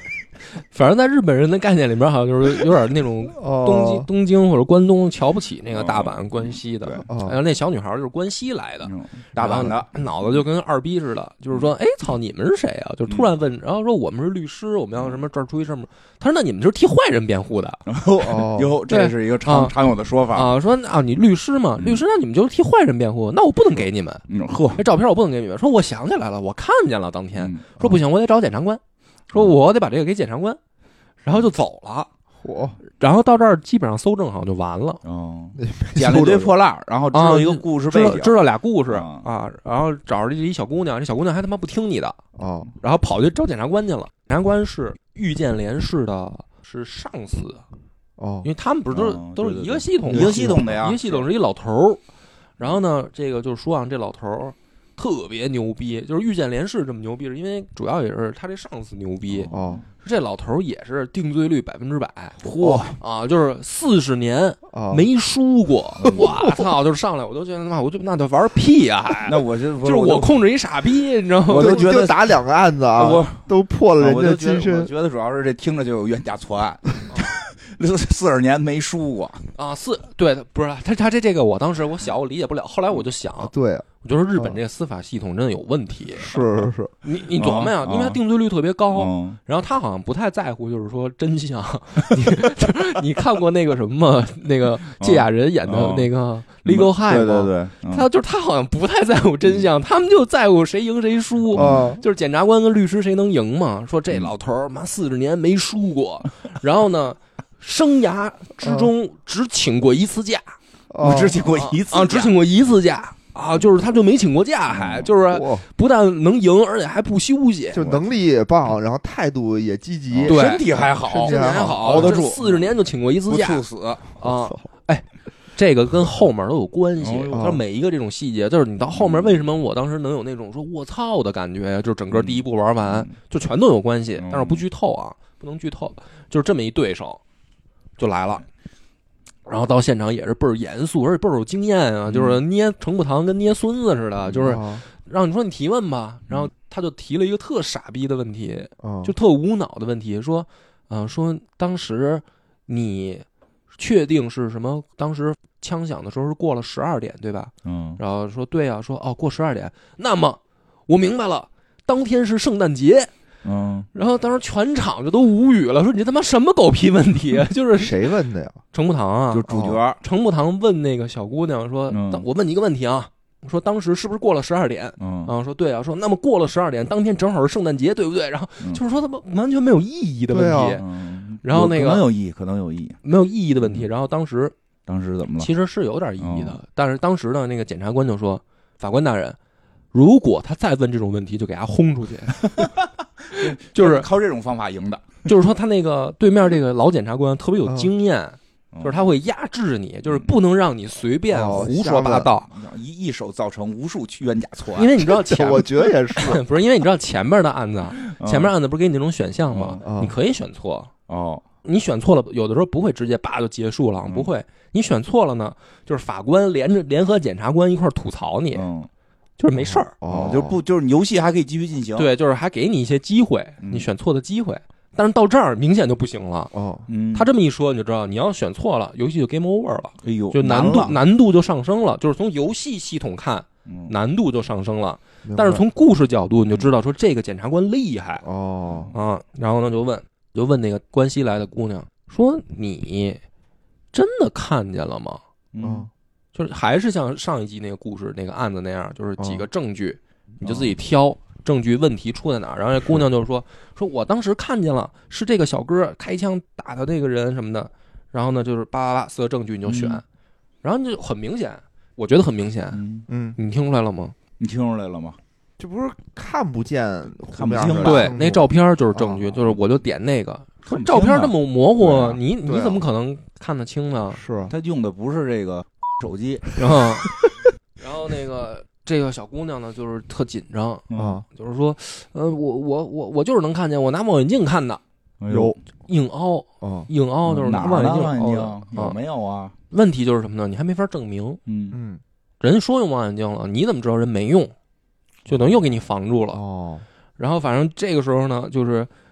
反正在日本人的概念里面，好像就是有点那种东京或者关东瞧不起那个大阪关西的。然后那小女孩就是关西来的， 大阪的， 脑子就跟二逼似的，就是说，哎操，你们是谁啊？就突然问，然后说我们是律师，我们要什么这儿出一什么？他说那你们就是替坏人辩护的。 哟，这是一个常有的说法啊。说啊，你律师嘛，律师那你们就是替坏人辩护，那我不能给你们。这照片我不能给你们。说我想起来了，我看见了，当天说不行，我得找检察官，说我得把这个给检察官，然后就走了。然后到这儿基本上搜证好像就完了。 捡了一堆破烂，然后知道一个故事背景， 知道俩故事啊，然后找着一小姑娘，这小姑娘还他妈不听你的然后跑去找检察官去了。检察官是御见连氏的，是上司因为他们不是都是一个系统， 一个系统的呀， 一个系统是一老头。然后呢，这个就是说啊，这老头特别牛逼，就是御见连氏这么牛逼，是因为主要也是他这上司牛逼这老头也是定罪率100%，嚯啊，就是40年没输过，我操！就是上来我都觉得他妈，我就那玩屁啊！ 那我就是我控制一傻逼，你知道吗？ 我就觉得打2个案子啊，我都破了人家金身。 我觉得主要是这听着就有冤假错案。40年没输过啊！对，不是他这个，我当时我理解不了，后来我就想， 对， 我觉得日本这个司法系统真的有问题。 是， 你琢磨呀，因为他定罪率特别高，然后他好像不太在乎，就是说真相。你看过那个什么那个芥雅人演的那个 Legal High 吗？ 对， 他好像不太在乎真相，他们就在乎谁赢谁输，就是检察官跟律师谁能赢嘛。说这老头妈40年没输过，然后呢？生涯之中只请过一次假， 只请过一次， 只请过一次假啊！就是他就没请过假，还就是不但能赢，而且还不休息， 就能力也棒，然后态度也积极， 对， 身体还好， 熬得住。 40年就请过一次假， 不猝死啊！哎，这个跟后面都有关系。就是每一个这种细节，就是你到后面为什么我当时能有那种说我操的感觉，就是整个第一部玩完就全都有关系，但是不剧透啊，不能剧透，就是这么一对手。就来了，然后到现场也是倍儿严肃，而且倍儿有经验啊，就是捏程步堂跟捏孙子似的，就是让你说你提问吧，然后他就提了一个特傻逼的问题，就特无脑的问题，说当时你确定是什么？当时枪响的时候是过了12点，对吧？然后说对啊，说过12点，那么我明白了，当天是圣诞节。然后当时全场就都无语了，说你这他妈什么狗屁问题？就是谁问的呀？ 程步堂啊， 就主角程步堂问那个小姑娘说：“我问你一个问题啊，说当时是不是过了12点？”说对啊，说那么过了12点，当天正好是圣诞节，对不对？然后就是说他们完全没有意义的问题。然后那个可能有意义， 没有意义的问题。然后当时怎么了？ 其实是有点意义的，但是当时的那个检察官就说：“法官大人，如果他再问这种问题，就给他轰出去。”就是靠这种方法赢的， 就是说他那个对面这个老检察官特别有经验，就是他会压制你，就是不能让你随便胡说八道， 一手造成无数冤假错案。 因为你知道我觉得也是， 不是因为你知道前面的案子，前面案子不是给你那种选项吗？你可以选错你选错了，有的时候不会直接就结束了，不会，你选错了呢，就是法官联合检察官一块吐槽你。就是没事儿就是你游戏还可以继续进行， 对，就是还给你一些机会，你选错的机会，但是到这儿明显就不行了他这么一说，你就知道你要选错了，游戏就 game over 了， 哎呦， 就难度就上升了，就是从游戏系统看，难度就上升了，但是从故事角度你就知道说这个检察官厉害然后呢就问那个关西来的姑娘说你真的看见了吗？就是还是像上一集那个故事那个案子那样，就是几个证据，你就自己挑证据问题出在哪儿。然后那姑娘就说我当时看见了，是这个小哥开枪打他那个人什么的。然后呢，就是4个证据你就选，然后就很明显，我觉得很明显。你听出来了吗？ 你听出来了吗？ 这不是看不见看不清， 对，那照片就是证据，就是我就点那个。照片这么模糊，你怎么可能看得清呢？ 是他用的不是这个手机， 然后那个这个小姑娘呢，就是特紧张就是说，我就是能看见，我拿望远镜看的， 有硬凹就是拿望远镜有没有啊？ 问题就是什么呢？你还没法证明，人说用望远镜了，你怎么知道人没用？就等于又给你防住了然后反正这个时候呢，就是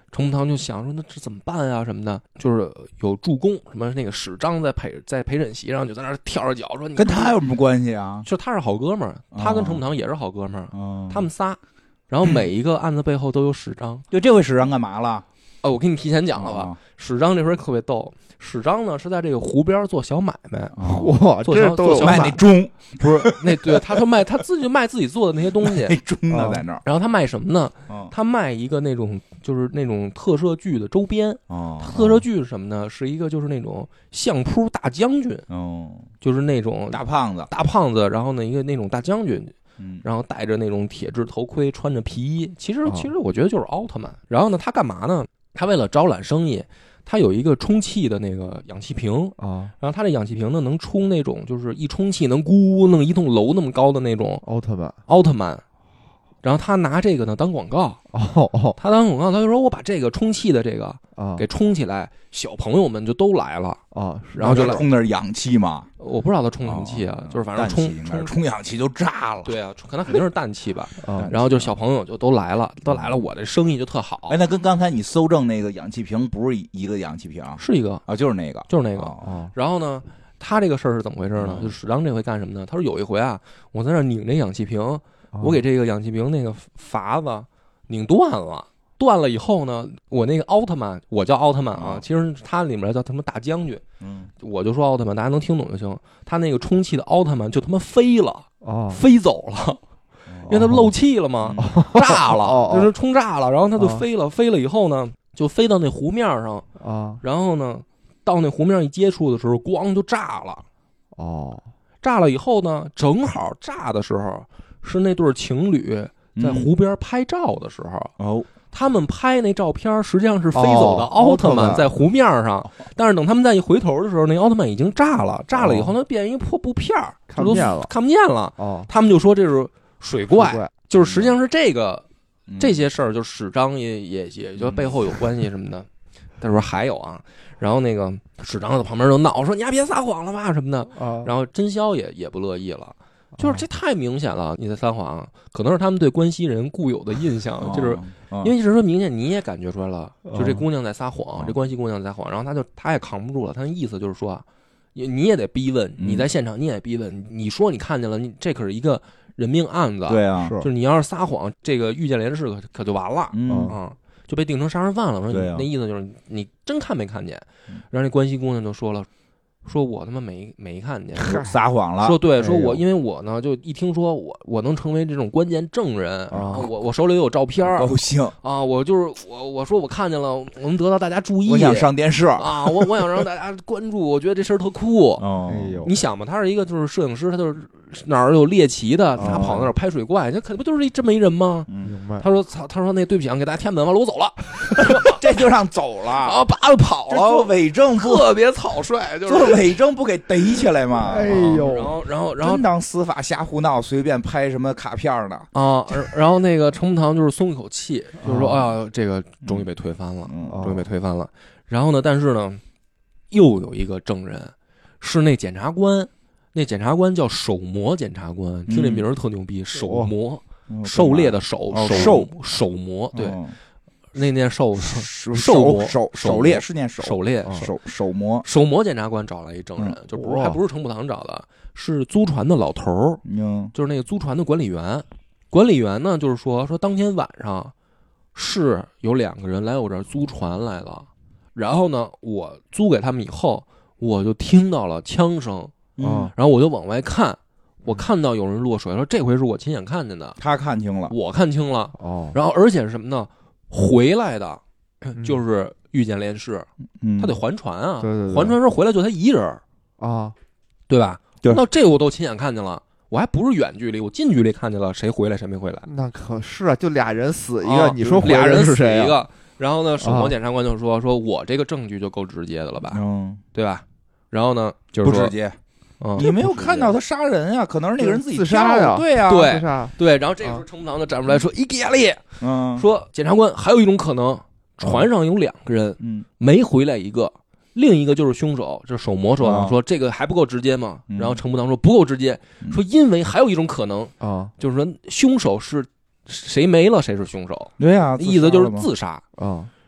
程步堂就想说那这怎么办啊什么的，就是有助攻，什么那个史章在陪审席上就在那跳着脚说，你跟他有什么关系啊？ 就他是好哥们儿，他跟程步堂也是好哥们儿，他们仨，然后每一个案子背后都有史章。 就这回史章干嘛了？ 哦，我给你提前讲了吧。史章这回特别逗，史章呢是在这个湖边做小买卖， 哇， 做小卖那钟， 不是那对，他自己就卖自己做的那些东西， 那钟呢在那儿。 然后他卖什么呢？他卖一个那种就是那种特摄剧的周边。特摄剧是什么呢？是一个就是那种相扑大将军，就是那种大胖子， 然后呢一个那种大将军。然后戴着那种铁质头盔，穿着皮衣，其实我觉得就是奥特曼。然后呢，他干嘛呢？他为了招揽生意，他有一个充气的那个氧气瓶啊。然后他这氧气瓶呢，能充那种就是一充气能咕弄一栋楼那么高的那种奥特曼。 然后他拿这个呢当广告，他当广告，他就说我把这个充气的这个给充起来，小朋友们就都来了啊，然后就充的是氧气嘛， 我不知道他充什么气啊，就是反正充氧气就炸了， 对啊，可能肯定是氮气吧，然后就小朋友就都来了，我的生意就特好。 哎，那跟刚才你搜证那个氧气瓶不是一个氧气瓶， 是一个啊，就是那个， 然后呢，他这个事儿是怎么回事呢？就史章这回干什么呢？他说有一回啊，我在那拧这氧气瓶。我给这个氧气瓶那个阀子拧断了以后呢，我那个奥特曼，我叫奥特曼啊，其实他里面叫他妈大将军，我就说奥特曼，大家能听懂就行。他那个充气的奥特曼就他妈飞了，飞走了，因为他漏气了嘛，炸了，就是冲炸了，然后他就飞了以后呢，就飞到那湖面上啊，然后呢，到那湖面一接触的时候，咣就炸了，炸了以后呢，正好炸的时候。是那对情侣在湖边拍照的时候，他们拍那照片实际上是飞走的奥特曼在湖面上，但是等他们再一回头的时候，那奥特曼已经炸了以后，它变一破布片， 看不见了。 他们就说这是水怪，就是实际上是这些事儿，就史章也就背后有关系什么的。他说还有啊，然后那个史章在旁边就闹说你还别撒谎了吧什么的，然后真宵也不乐意了。就是这太明显了，你在撒谎，可能是他们对关西人固有的印象，就是因为一直说明显你也感觉出来了，就这姑娘在撒谎，这关西姑娘在撒谎，然后他也扛不住了，他的意思就是说，你也得逼问，你在现场你也得逼问，你说你看见了，这可是一个人命案子， 对啊， 就是你要是撒谎，这个遇见连氏可就完了，就被定成杀人犯了。那意思就是你真看没看见？然后那关西姑娘就说了。说我他妈没看见， 撒谎了。 说对，说我因为我呢，就一听说我能成为这种关键证人，我手里有照片， 高兴啊，我就是我说我看见了，我能得到大家注意， 我想上电视啊，我想让大家关注，我觉得这事儿特酷。 哎呦， 你想吧，他是一个就是摄影师，他就是哪儿有猎奇的，他跑到哪儿拍水怪，这肯定不就是这么一人吗？ 明白。 他说那对不起，给大家添麻烦了，我走了， 这就让走了啊，叭就跑了。 做伪证特别草率，就是做伪证不给逮起来吗？ 哎呦， 然后真当司法瞎胡闹，随便拍什么卡片呢啊！然后那个程步堂就是松一口气，就是说哎呀，这个终于被推翻了，终于被推翻了。然后呢，但是呢，又有一个证人是那检察官。那检察官叫手磨检察官，听这名儿特牛逼，手磨，狩猎的手磨，对，那念手猎是念狩猎手磨检察官找来一证人，就还不是程步堂找的，是租船的老头儿，就是那个租船的管理员。管理员呢，就是说当天晚上是有2个人来我这儿租船来了，然后呢，我租给他们以后，我就听到了枪声。然后我就往外看，我看到有人落水，说这回是我亲眼看见的， 他看清了， 我看清了，然后而且是什么呢？回来的就是遇见连氏，他得还船啊，还船时候回来就他一人啊， 对吧？那这我都亲眼看见了，我还不是远距离，我近距离看见了谁回来谁没回来。 那可是啊，就俩人死一个，你说俩人是谁一个？然后呢，手磨检察官就说我这个证据就够直接的了吧，对吧？然后呢，就是不直接。你没有看到他杀人啊？可能是那个人自己杀呀。 对呀， 对。然后这个时候程步堂就站出来说：“伊给亚利，说检察官还有一种可能，船上有2个人，没回来一个，另一个就是凶手。”这手磨说这个还不够直接吗？然后程步堂说不够直接，说因为还有一种可能啊，就是说凶手是谁没了谁是凶手。 对呀， 意思就是自杀啊。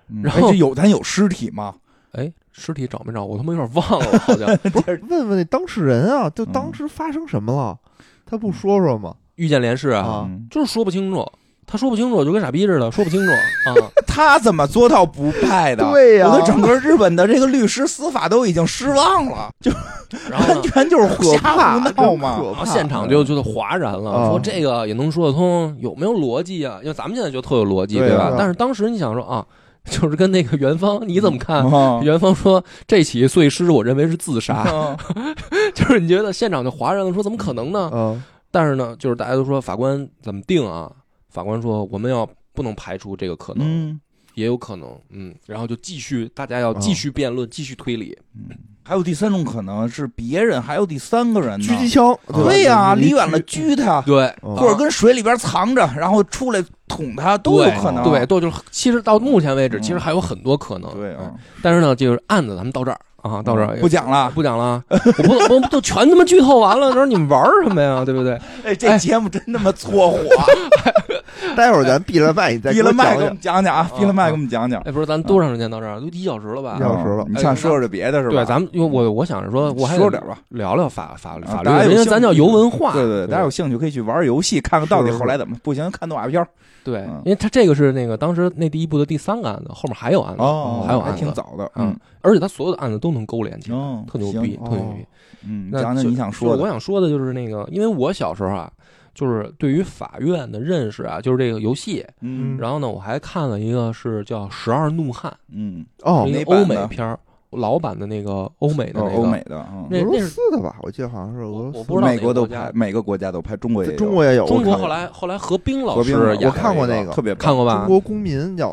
然后咱有尸体吗？ 哎，尸体找没找？我他妈有点忘了，好像不是问问那当事人啊，就当时发生什么了，他不说说吗？ 遇见连氏啊，就是说不清楚。他说不清楚，就跟傻逼似的，说不清楚啊。 他怎么做到不败的？ 对呀， 我对整个日本的这个律师司法都已经失望了，就完全就是瞎胡闹嘛。 然后现场就哗然了，说这个也能说得通，有没有逻辑啊？因为咱们现在就特有逻辑，对吧？但是当时你想说啊，就是跟那个元芳你怎么看？元芳说这起碎尸我认为是自杀，就是你觉得现场就哗然了，说怎么可能呢？但是呢，就是大家都说法官怎么定啊？法官说我们不能排除这个可能，也有可能，然后就大家要继续辩论，继续推理， 还有第三种可能是别人，还有第三个人呢， 狙击枪， 对呀，离远了狙他， 对， 或者跟水里边藏着，然后出来捅他，都有可能， 对，就是其实到目前为止，其实还有很多可能， 对啊， 但是呢，就是案子咱们到这儿。啊，到这儿不讲了， 我都全他妈剧透完了，说你们玩什么呀，对不对？ 哎，这节目真他妈搓火！ 待会儿咱闭了麦，你再闭了麦给我们讲讲啊，闭了麦给我们讲讲。 哎，不是，咱多长时间到这儿？都1小时了吧 ？1小时了。 你想说说这别的是吧？ 对，咱们因为我想着说，我还说点吧， 聊聊法律，因为咱叫游文化。 对，大家有兴趣可以去玩游戏，看看到底后来怎么不行，看动画片。 对，因为他这个是那个当时那第一部的第3个案子，后面还有案子，还有案子， 还挺早的， 而且他所有的案子都能勾连起来，特牛逼，特牛逼。 讲讲你想说的。 我想说的就是那个，因为我小时候啊，就是对于法院的认识啊，就是这个游戏，然后呢，我还看了一个是叫《12怒汉》，一个欧美片。老版的那个欧美的那个欧美的， 俄罗斯的吧？我记得好像是俄罗斯。 我不知道美国都拍，每个国家都拍，中国也有。 中国后来何冰老师我看过那个， 特别看过吧？ 中国公民叫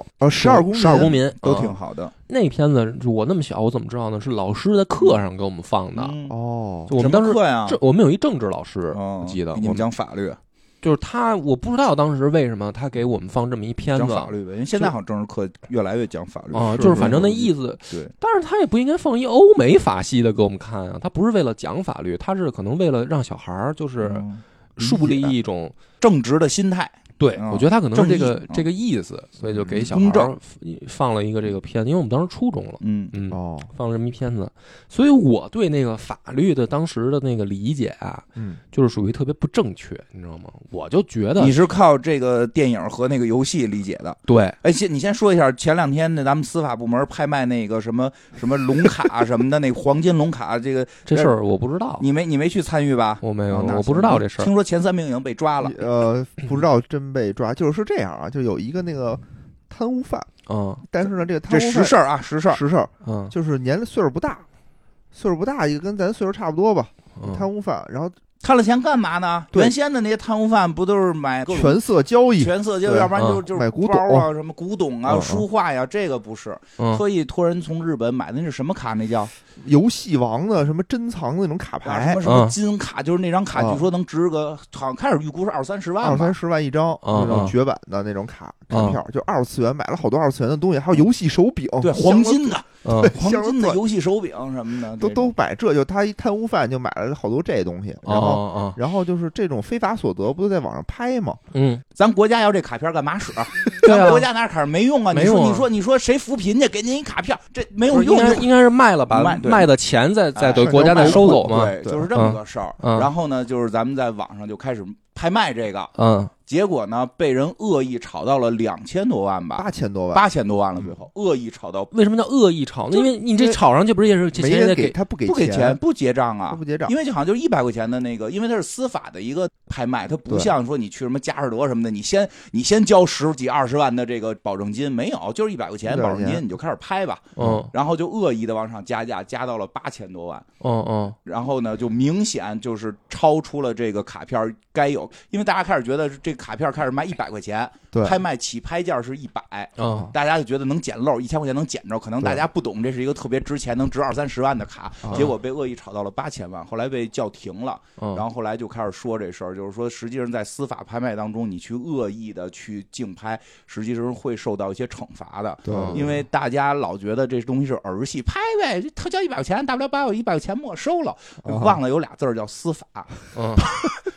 12 公民都挺好的。 那片子我那么小，我怎么知道呢？是老师在课上给我们放的。 就我们当时我们有一政治老师，我记得你们讲法律。 就是他，我不知道当时为什么他给我们放这么一片子讲法律呗，因为现在好像政治课越来越讲法律啊，就是反正那意思。 对， 但是他也不应该放一欧美法系的给我们看啊，他不是为了讲法律，他是可能为了让小孩就是树立一种正直的心态。 对，我觉得他可能是这个意思，所以就给小孩放了一个这个片子，因为我们当时初中了，放了这么一片子，所以我对那个法律的当时的那个理解啊，就是属于特别不正确，你知道吗？我就觉得你是靠这个电影和那个游戏理解的。 对， 哎，你先说一下，前2天咱们司法部门拍卖那个什么龙卡什么的，那个黄金龙卡，这事儿我不知道， 你没去参与吧？ 我没有，我不知道这事儿。 听说前3名已经被抓了， 不知道真被抓，就是这样啊，就有一个那个贪污犯，但是呢，这个贪污犯实事儿，实事儿， 就是岁数不大，一个跟咱岁数差不多吧，贪污犯，然后贪了钱干嘛呢？原先的那些贪污犯不都是买权色交易， 要不然就是买古董啊，什么古董啊、书画呀，这个不是特意托人从日本买的，那是什么卡？那叫游戏王的什么珍藏的那种卡牌， 什么金卡，就是那张卡，据说能值个，好像开始预估是20-30万 ，20-30万一张，那种绝版的那种卡票，就2次元，买了好多2次元的东西，还有游戏手柄， 对，黄金的，黄金的游戏手柄什么的， 都买，这就他一贪污犯就买了好多这东西，然后就是这种非法所得，不都在网上拍吗？ 咱国家要这卡片干嘛使？ 对咱国家拿卡没用啊！你说谁扶贫去给您一卡片，这没有用， 应该是卖了把卖的钱再对国家再收走嘛？ 对，就是这么个事儿。然后呢，就是咱们在网上就开始拍卖这个，结果呢，被人恶意炒到了2000多万吧 ，8000多万了。最后恶意炒到， 为什么叫恶意炒呢？因为你这炒上去不是也是没人给他不给钱不结账啊？ 不结账， 因为就好像就是100块钱的那个，因为它是司法的一个拍卖，它不像说你去什么佳士得什么的，你先交10几20万的这个保证金，没有，就是100块钱保证金，你就开始拍吧。然后就恶意的往上加价，加到了8000多万。然后呢，就明显就是超出了这个卡片该有，因为大家开始觉得这卡片开始卖100块钱，拍卖起拍价是100，大家就觉得能捡漏，1000块钱能捡着，可能大家不懂这是一个特别值钱，能值20-30万的卡，结果被恶意炒到了8000万，后来被叫停了，然后后来就开始说这事儿，就是说实际上在司法拍卖当中，你去恶意的去竞拍，实际上会受到一些惩罚的，因为大家老觉得这东西是儿戏，拍呗，他交100块钱，大不了把我100块钱没收了，忘了有俩字叫司法。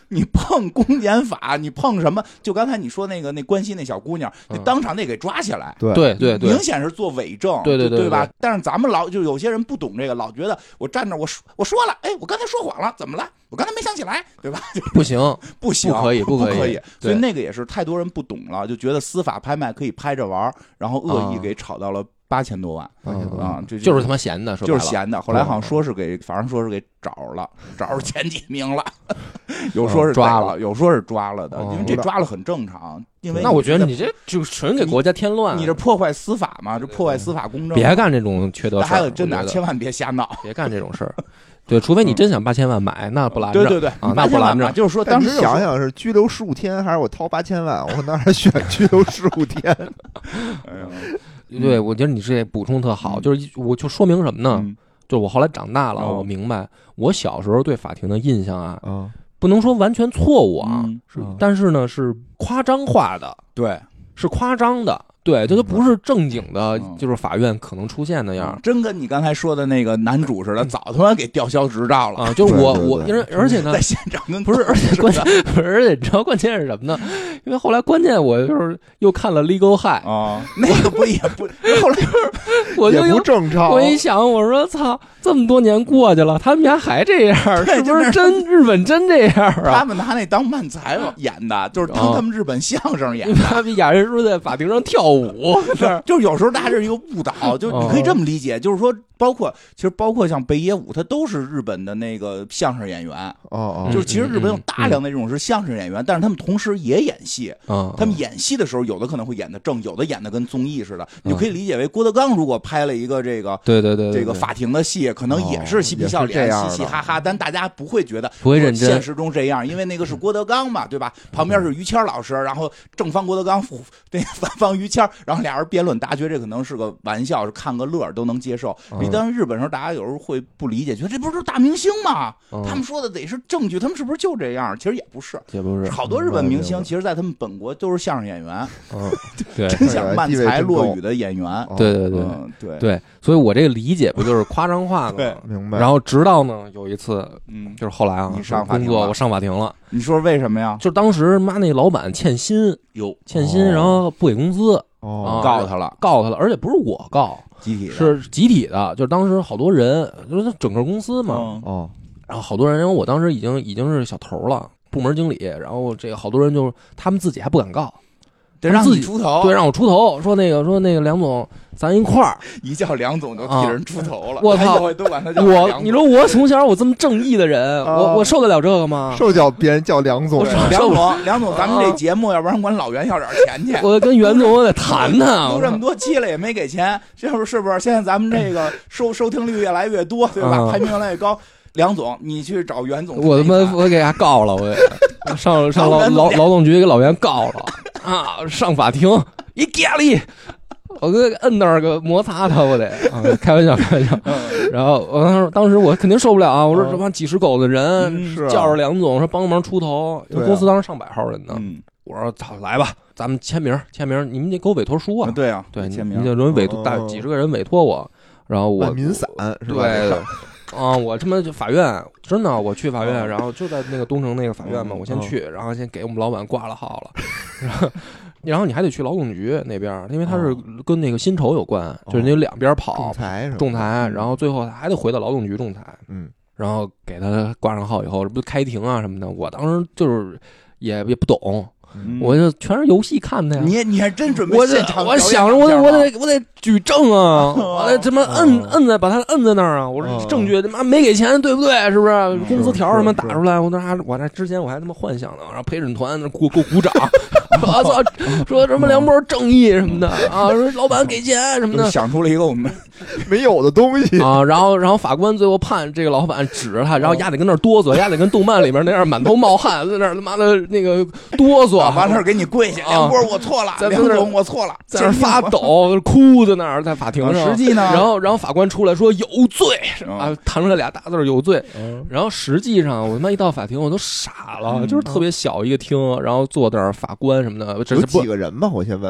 你碰公检法，你碰什么？就刚才你说那个那关西那小姑娘，那当场得给抓起来。 对， 明显是做伪证，对吧？但是咱们就有些人不懂这个，老觉得我站那我说了，哎，我刚才说谎了，怎么了？我刚才没想起来，对吧？ 不行， 不可以。 所以那个也是太多人不懂了，就觉得司法拍卖可以拍着玩，然后恶意给炒到了8000多万啊！ 就是他妈闲的， 就是闲的。后来好像说是反正说是给找着前几名了，有说是抓了， 有说是抓了的，因为这抓了很正常。因为那我觉得你这就纯给国家添乱， 你这破坏司法嘛，这破坏司法公正。 别干这种缺德事儿， 真的千万别瞎闹， 别干这种事儿。对，除非你真想8000万买，那不拦着。 对啊，那不拦着。 就是说，当时想想是拘留15天，还是我掏8000万？我当然选拘留15天。 哎呀， 对，我觉得你这补充特好，就是我就说明什么呢？就是我后来长大了，我明白，我小时候对法庭的印象啊，不能说完全错误啊，但是呢是夸张化的， 对， 是夸张的。对，这都不是正经的，就是法院可能出现那样， 真跟你刚才说的那个男主似的，早他妈给吊销执照了啊！就是我，而且呢， 在现场跟不是，而且关键，而且你知道关键是什么呢？因为后来关键我就是又看了 Legal High 啊，那个不也不，后来我就也不正常。 我一想，我说操，这么多年过去了，他们家还这样，是不是真日本真这样啊？ 他们拿那当漫才演的，就是当他们日本相声演的， 他们俩人说在法庭上跳舞。 就是有时候大家这是一个误导，就你可以这么理解，就是说，其实包括像北野武，他都是日本的那个相声演员。就是其实日本有大量的这种是相声演员，但是他们同时也演戏。他们演戏的时候，有的可能会演的正，有的演的跟综艺似的。你就可以理解为郭德纲如果拍了一个这个对这个法庭的戏，可能也是嬉皮笑脸、嘻嘻哈哈，但大家不会觉得不会认真。 现实中这样，因为那个是郭德纲嘛，对吧？旁边是于谦老师，然后正方郭德纲，那反方于谦，然后俩人辩论，大家觉得这可能是个玩笑，是看个乐都能接受。但是日本时候，大家有时候会不理解，觉得这不是大明星吗？他们说的得是证据，他们是不是就这样？其实也不是， 也不是。 好多日本明星，其实在他们本国都是相声演员， 对， 真想漫才落语的演员。 对，所以我这个理解不就是夸张化的吗？ 对， 明白。 然后直到呢有一次，就是后来啊， 你上工作，我上法庭了。 你说为什么呀？ 就当时妈那老板欠薪，然后不给工资， 告他了， 而且不是我告，是集体的，就是当时好多人，就是整个公司嘛，然后好多人，因为我当时已经是小头了，部门经理，然后这个好多人就是他们自己还不敢告。 得让你出头， 对，让我出头，说那个梁总，咱一块儿， 一叫梁总就替人出头了。 我操， 都管他叫梁总。 你说我从小我这么正义的人，我受得了这个吗？ 受叫别人叫梁总， 梁总，咱们这节目要不然管老袁要点钱去。 我跟袁总我得谈谈， 录这么多期了也没给钱，是不是？现在咱们这个收听率越来越多，对吧？排名越来越高。梁总，你去找袁总。 我他妈我给他告了，我上劳动局给老袁告了啊！上法庭一压力，我给摁那儿个摩擦他，我得开玩笑。然后我当时我肯定受不了啊！我说这帮几十狗的人叫着梁总说帮忙出头，公司当时上100号人呢。我说操，来吧，咱们签名，你们得给我委托书啊！ 对啊， 对， 签名， 你就委托几十个人委托我，然后我民散是吧？ 对。我他妈就法院，真的，我去法院，然后就在那个东城那个法院嘛，我先去，然后先给我们老板挂了号了，然后你还得去劳动局那边，因为他是跟那个薪酬有关，就是你两边跑仲裁，然后最后还得回到劳动局仲裁，然后给他挂上号以后，这不开庭啊什么的，我当时就是也不懂。我就全是游戏看的呀！ 你还真准备现场？ 我想着我得举证啊！我得怎么把他摁在那儿啊！我说证据他妈没给钱，对不对？是不是？工资条什么打出来？我那之前我还他妈幻想呢，然后陪审团那给我鼓掌，我操，说什么梁波正义什么的啊，说老板给钱什么的， 想出了一个我们没有的东西啊！然后法官最后判这个老板指着他，然后丫得跟那儿哆嗦，丫得跟动漫里面那样满头冒汗，在那儿他妈的那个哆嗦。 完事给你跪下，梁波我错了，梁总我错了， 在那发抖，哭在那儿，在法庭上。 实际呢， 然后法官出来说有罪啊，弹出来俩大字有罪。然后实际上我他妈一到法庭我都傻了，就是特别小一个厅，然后坐那儿法官什么的， 有几个人吧？我先问问。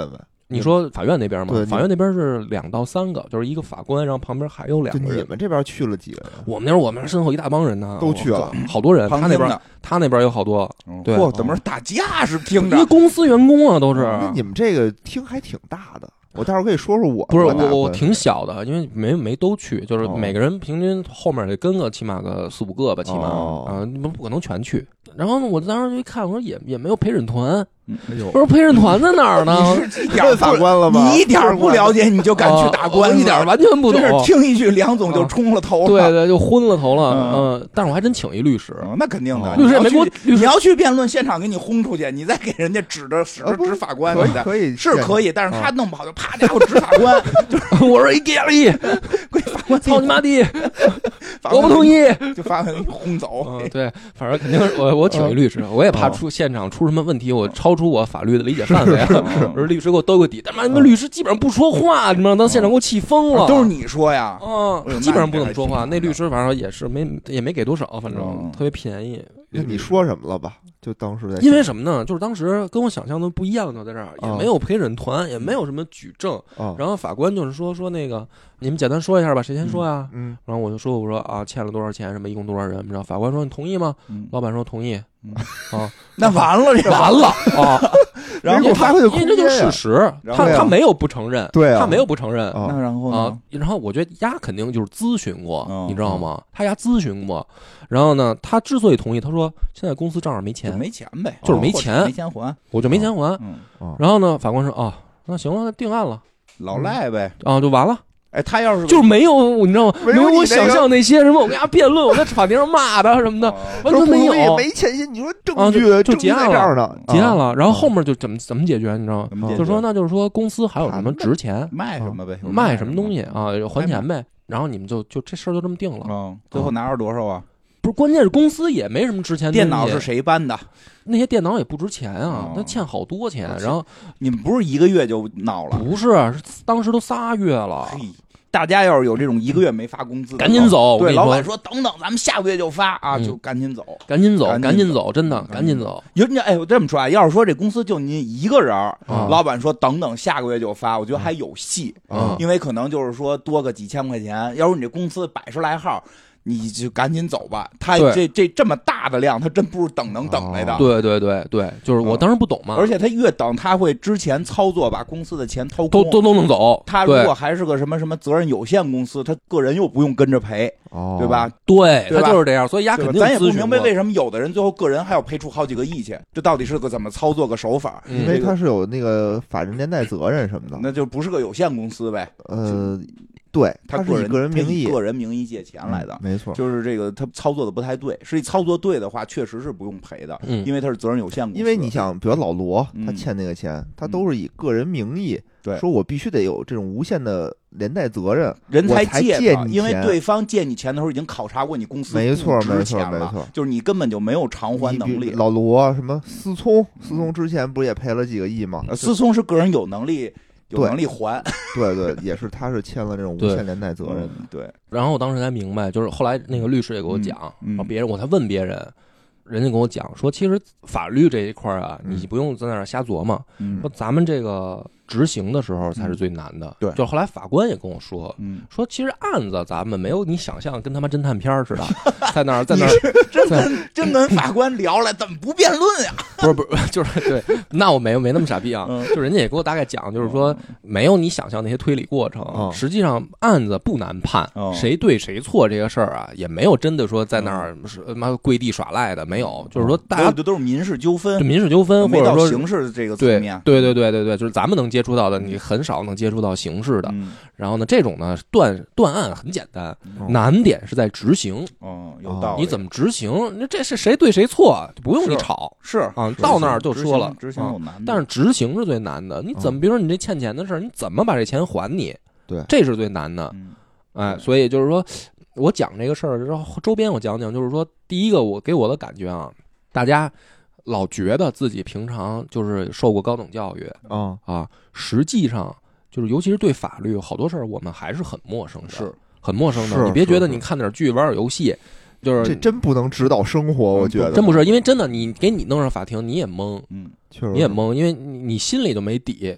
你说法院那边吗？法院那边是2到3个，就是一个法官，然后旁边还有2个人。 你们这边去了几个人？ 我们身后一大帮人呢， 都去了， 好多人。他那边有好多，对， 怎么是打架是听着？ 因为公司员工啊，都是。 那你们这个厅还挺大的。我待会儿可以说说不是我挺小的，因为没都去，就是每个人平均后面得跟个起码个4、5个吧，起码你们不可能全去。然后呢，我当时就一看，我说也没有陪审团，我说陪审团在哪儿呢？ 你是一点法官了吗？你一点不了解你就敢去打官司， 一点完全不懂。 听一句梁总就冲了头了， 对，就昏了头了。但是我还真请一律师， 那肯定的， 律师也没给我。 你要去辩论现场给你轰出去，你再给人家指法官， 可以是可以，但是他弄不好就啪家伙指法官， 我说给了一， 给法官操你妈的！我不同意， 就法官给你轰走。 对，反正肯定我请一律师，我也怕现场出什么问题，我超出我法律的理解范围。而律师给我兜个底，但是你们律师基本上不说话，你知道，当现场给我气疯了。 都是你说呀？ 基本上不怎么说话。那律师反正也是也没给多少，反正特别便宜。 那你说什么了吧？就当时在因为什么呢？就是当时跟我想象的不一样的，在这儿也没有陪审团，也没有什么举证。然后法官就是说那个你们简单说一下吧，谁先说呀？然后我就说欠了多少钱，什么一共多少人？然后法官说你同意吗？老板说同意。 那完了， 完了啊！ 然后因为这就是事实，他没有不承认， 对， 他没有不承认。 那然后啊，然后我觉得丫肯定就是咨询过，你知道吗？他丫咨询过，然后呢，他之所以同意，他说现在公司账上没钱， 没钱呗， 就是没钱还， 我就没钱还。然后呢，法官说那行了，那定案了， 老赖呗， 就完了。 哎，他要是就是没有，你知道吗？没有我想象那些什么，我跟他辩论，我在法庭上骂他什么的，完全没有， 没钱信。你说证据就结案了， 结案了。然后后面就怎么解决，你知道吗？就说那就是说公司还有什么值钱， 卖什么呗， 卖什么东西啊，还钱呗。然后你们就这事儿就这么定了。 最后拿着多少啊？ 不是，关键是公司也没什么值钱的东西。 电脑是谁搬的？ 那些电脑也不值钱啊，他欠好多钱。然后你们不是1个月就闹了？ 不是，当时都3月了。 大家要是有这种1个月没发工资的， 赶紧走。 对，老板说等等，咱们下个月就发啊，就赶紧走， 赶紧走，赶紧走，真的赶紧走。 我这么说啊，要是说这公司就您1个人，老板说等等下个月就发，我觉得还有戏，因为可能就是说多个几千块钱。要是你这公司100来号，你就赶紧走吧。他这么大的量，他真不是能等来的。 对，就是我当时不懂嘛。 而且他越等，他会之前操作把公司的钱掏空， 都能走。 他如果还是个什么责任有限公司，他个人又不用跟着赔，对吧？ 对，他就是这样。所以丫肯定咱也不明白为什么有的人最后个人还要赔出好几个亿去，这到底是个怎么操作个手法？ 因为他是有那个法人连带责任什么的， 那就不是个有限公司呗。 对， 他是以个人名义借钱来的， 没错， 就是这个他操作的不太对。实际操作对的话，确实是不用赔的，因为他是责任有限公司。 因为你想，比如老罗他欠那个钱，他都是以个人名义，说我必须得有这种无限的连带责任， 人才借你，因为对方借你钱的时候已经考察过你公司没错， 就是你根本就没有偿还能力。 老罗什么思聪之前不是也赔了几个亿吗？ 思聪是个人有能力还， 对，也是他是签了这种无限连带责任的。 对， 然后我当时才明白，就是后来那个律师也给我讲，我才问别人，人家跟我讲说，其实法律这一块啊，你不用在那儿瞎琢磨，说咱们这个执行的时候才是最难的。 对， 就后来法官也跟我说，说其实案子咱们没有你想象跟他妈侦探片似的，在那儿真跟法官聊了，怎么不辩论呀？ 不是，就是对，那我没那么傻逼啊，就人家也给我大概讲，就是说没有你想象那些推理过程，实际上案子不难判，谁对谁错这个事儿啊，也没有真的说在那儿妈跪地耍赖的，没有，就是说大家都是民事纠纷， 或者说刑事这个层面， 对，就是咱们能接触到的，你很少能接触到刑事的。然后呢，这种呢断案很简单，难点是在执行。 有道理。 你怎么执行？那这是谁对谁错，不用你吵。 是啊，到那儿就说了， 执行有难的， 但是执行是最难的。你怎么，比如说你这欠钱的事儿，你怎么把这钱还你？ 对， 这是最难的。哎，所以就是说，我讲这个事儿，然后周边我讲讲，就是说，第一个我给我的感觉啊，大家老觉得自己平常就是受过高等教育实际上就是尤其是对法律好多事儿，我们还是很陌生的， 是很陌生的。你别觉得你看点剧玩点游戏，就是这真不能指导生活，我觉得真不是，因为真的你给你弄上法庭你也懵， 确实你也懵，因为你心里就没底。 对，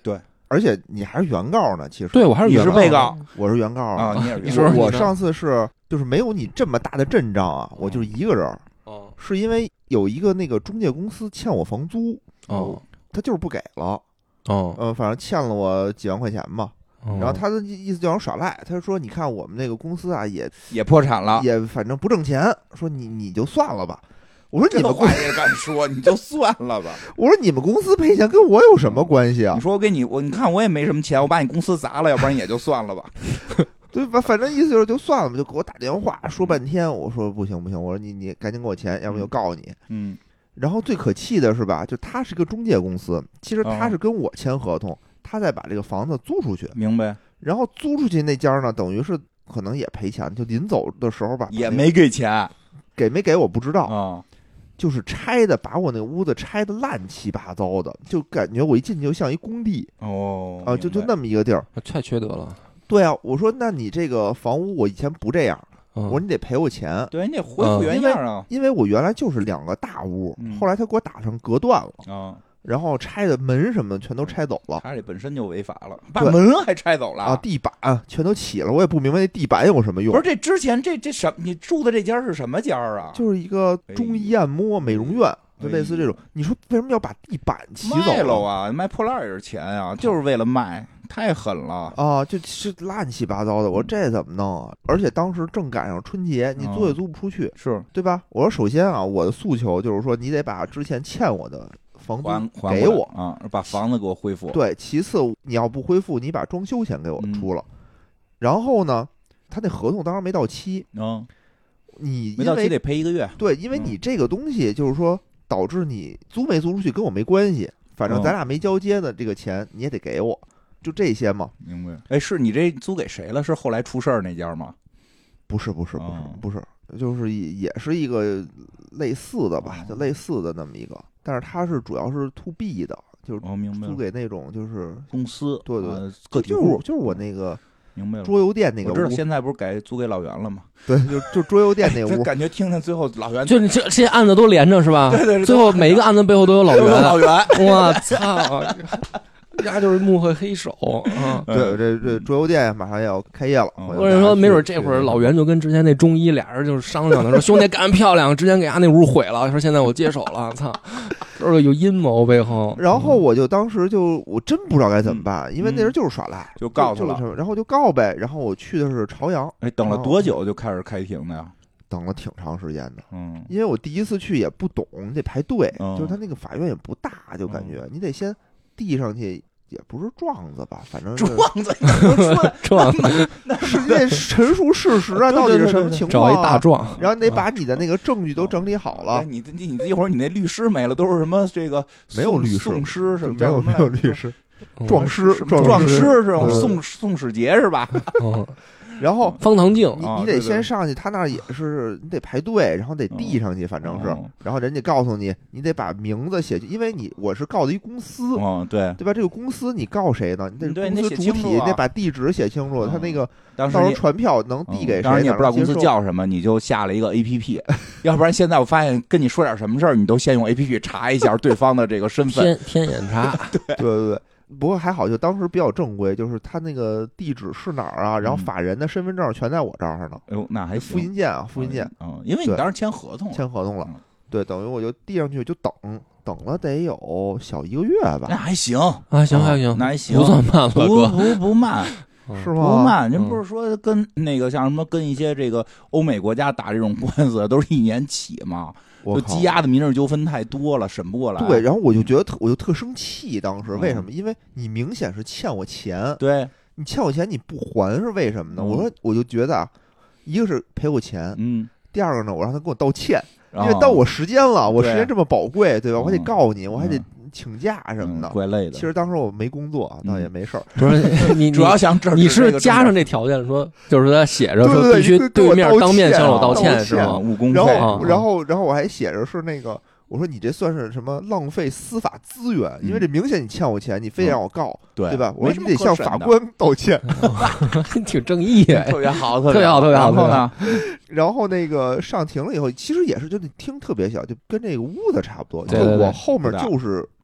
而且你还是原告呢，其实对我还是你是被告， 我是原告啊，你也是你说我上次就是没有你这么大的阵仗啊，我就是一个人，是因为有一个那个中介公司欠我房租，他就是不给了，反正欠了我几万块钱吧。然后他的意思就想耍赖，他说：“你看我们那个公司啊， 也破产了， 也反正不挣钱，说你就算了吧。”我说：“你们话也敢说，你就算了吧。” 我说：“你们公司赔钱跟我有什么关系啊？” 你说你看我也没什么钱，我把你公司砸了，要不然也就算了吧。 对吧？反正意思就算了吧，就给我打电话说半天。我说：“不行，我说你赶紧给我钱，要不就告你。”然后最可气的是吧，就他是个中介公司，其实他是跟我签合同。他再把这个房子租出去， 明白？ 然后租出去那家呢，等于是可能也赔钱，就临走的时候吧， 也没给钱， 给没给我不知道就是拆的，把我那个屋子拆的乱七八糟的，就感觉我一进去就像一工地就那么一个地儿， 太缺德了。 对啊，我说那你这个房屋我以前不这样，我说你得赔我钱， 对你得恢复原样啊， 因为我原来就是2个大屋，后来他给我打成隔断了然后拆的门什么的全都拆走了， 他这本身就违法了，把门还拆走了地板全都起了，我也不明白那地板有什么用。 不是这之前这什你住的这家是什么家啊？ 就是一个中医按摩美容院，就类似这种。你说为什么要把地板起走卖了啊？卖破烂也是钱啊，就是为了卖，太狠了啊！就是乱七八糟的，我说这怎么弄啊？而且当时正赶上春节，你租也租不出去， 是对吧？我说首先啊，我的诉求就是说，你得把之前欠我的房租给我把房子给我恢复。 对，其次你要不恢复，你把装修钱给我出了。然后呢，他那合同当然没到期，你没到期得赔1个月。 对，因为你这个东西就是说导致你租没租出去跟我没关系，反正咱俩没交接的这个钱你也得给我，就这些嘛。 明白？哎，是你这租给谁了？是后来出事儿那家吗？ 不是，就是也是一个类似的吧，就类似的那么一个。但是它是主要是 to B 的，就是租给那种就是公司， 对个体户， 就是我那个明白了桌游店那个屋。 我知道现在不是改租给老袁了吗？ 对，就桌游店那屋。 感觉听最后老袁就你这些案子都连着是吧？ 对， 最后每一个案子背后都有老袁。 老袁， 我操！丫就是幕后黑手对，这桌游店马上也要开业了。 或者说，没准这会儿老袁就跟之前那中医俩人就是商量的，说兄弟干漂亮，之前给俺那屋毁了，说现在我接手了，操，都是有阴谋背后。 然后我就当时我真不知道该怎么办，因为那人就是耍赖， 就告诉了， 然后就告呗。然后我去的是朝阳， 等了多久就开始开庭的呀？ 等了挺长时间的，因为我第一次去也不懂，你得排队，就是他那个法院也不大，就感觉你得先递上去。也不是状子吧，反正状子，状子， 是得陈述事实啊，到底是什么情况？ 找一大状， 然后你得把你的那个证据都整理好了。 你一会儿你那律师没了，都是什么这个没有律师， 宋师什么没有律师，状师是宋世杰是吧？ 然后方唐镜， 你得先上去，他那也是你得排队，然后得递上去，反正是，然后人家告诉你，你得把名字写，因为我是告的一公司， 对吧？这个公司你告谁呢？你得公司主体，你得把地址写清楚，他那个到时候传票能递给谁？ 当然你也不知道公司叫什么，你就下了一个 APP， 要不然现在我发现跟你说点什么事儿，你都先用 APP 查一下对方的这个身份， 天眼查， 对。不过还好，就当时比较正规，就是他那个地址是哪儿啊？然后法人的身份证全在我这儿呢。 哎呦，那还复印件啊，复印件。 因为你当时签合同了，对，等于我就递上去就等了得有小1个月吧。 那还行啊，行， 那还行， 不算慢了， 不慢。 是吗？ 不慢，您不是说跟那个像什么跟一些这个欧美国家打这种官司都是1年起吗？就积压的民事纠纷太多了，审不过来。 对，然后我就觉得我就特生气，当时为什么？因为你明显是欠我钱， 对， 你欠我钱你不还是为什么呢？我就觉得啊，一个是赔我钱，第二个呢，我让他给我道歉，因为到我时间了，我时间这么宝贵，对吧？我还得告你，我还得请假什么的， 怪累的。 其实当时我没工作，倒也没事儿。 不是你主要想你是加上这条件说，就是他写着说必须对面当面向我道歉是吗？ 误工费。然后我还写着是那个，我说你这算是什么浪费司法资源？因为这明显你欠我钱，你非得让我告，对吧？我说你得向法官道歉， 挺正义， 特别好， 特别好。 然后那个上庭了以后，其实也是就听特别小，就跟这个屋子差不多。 对， 我后面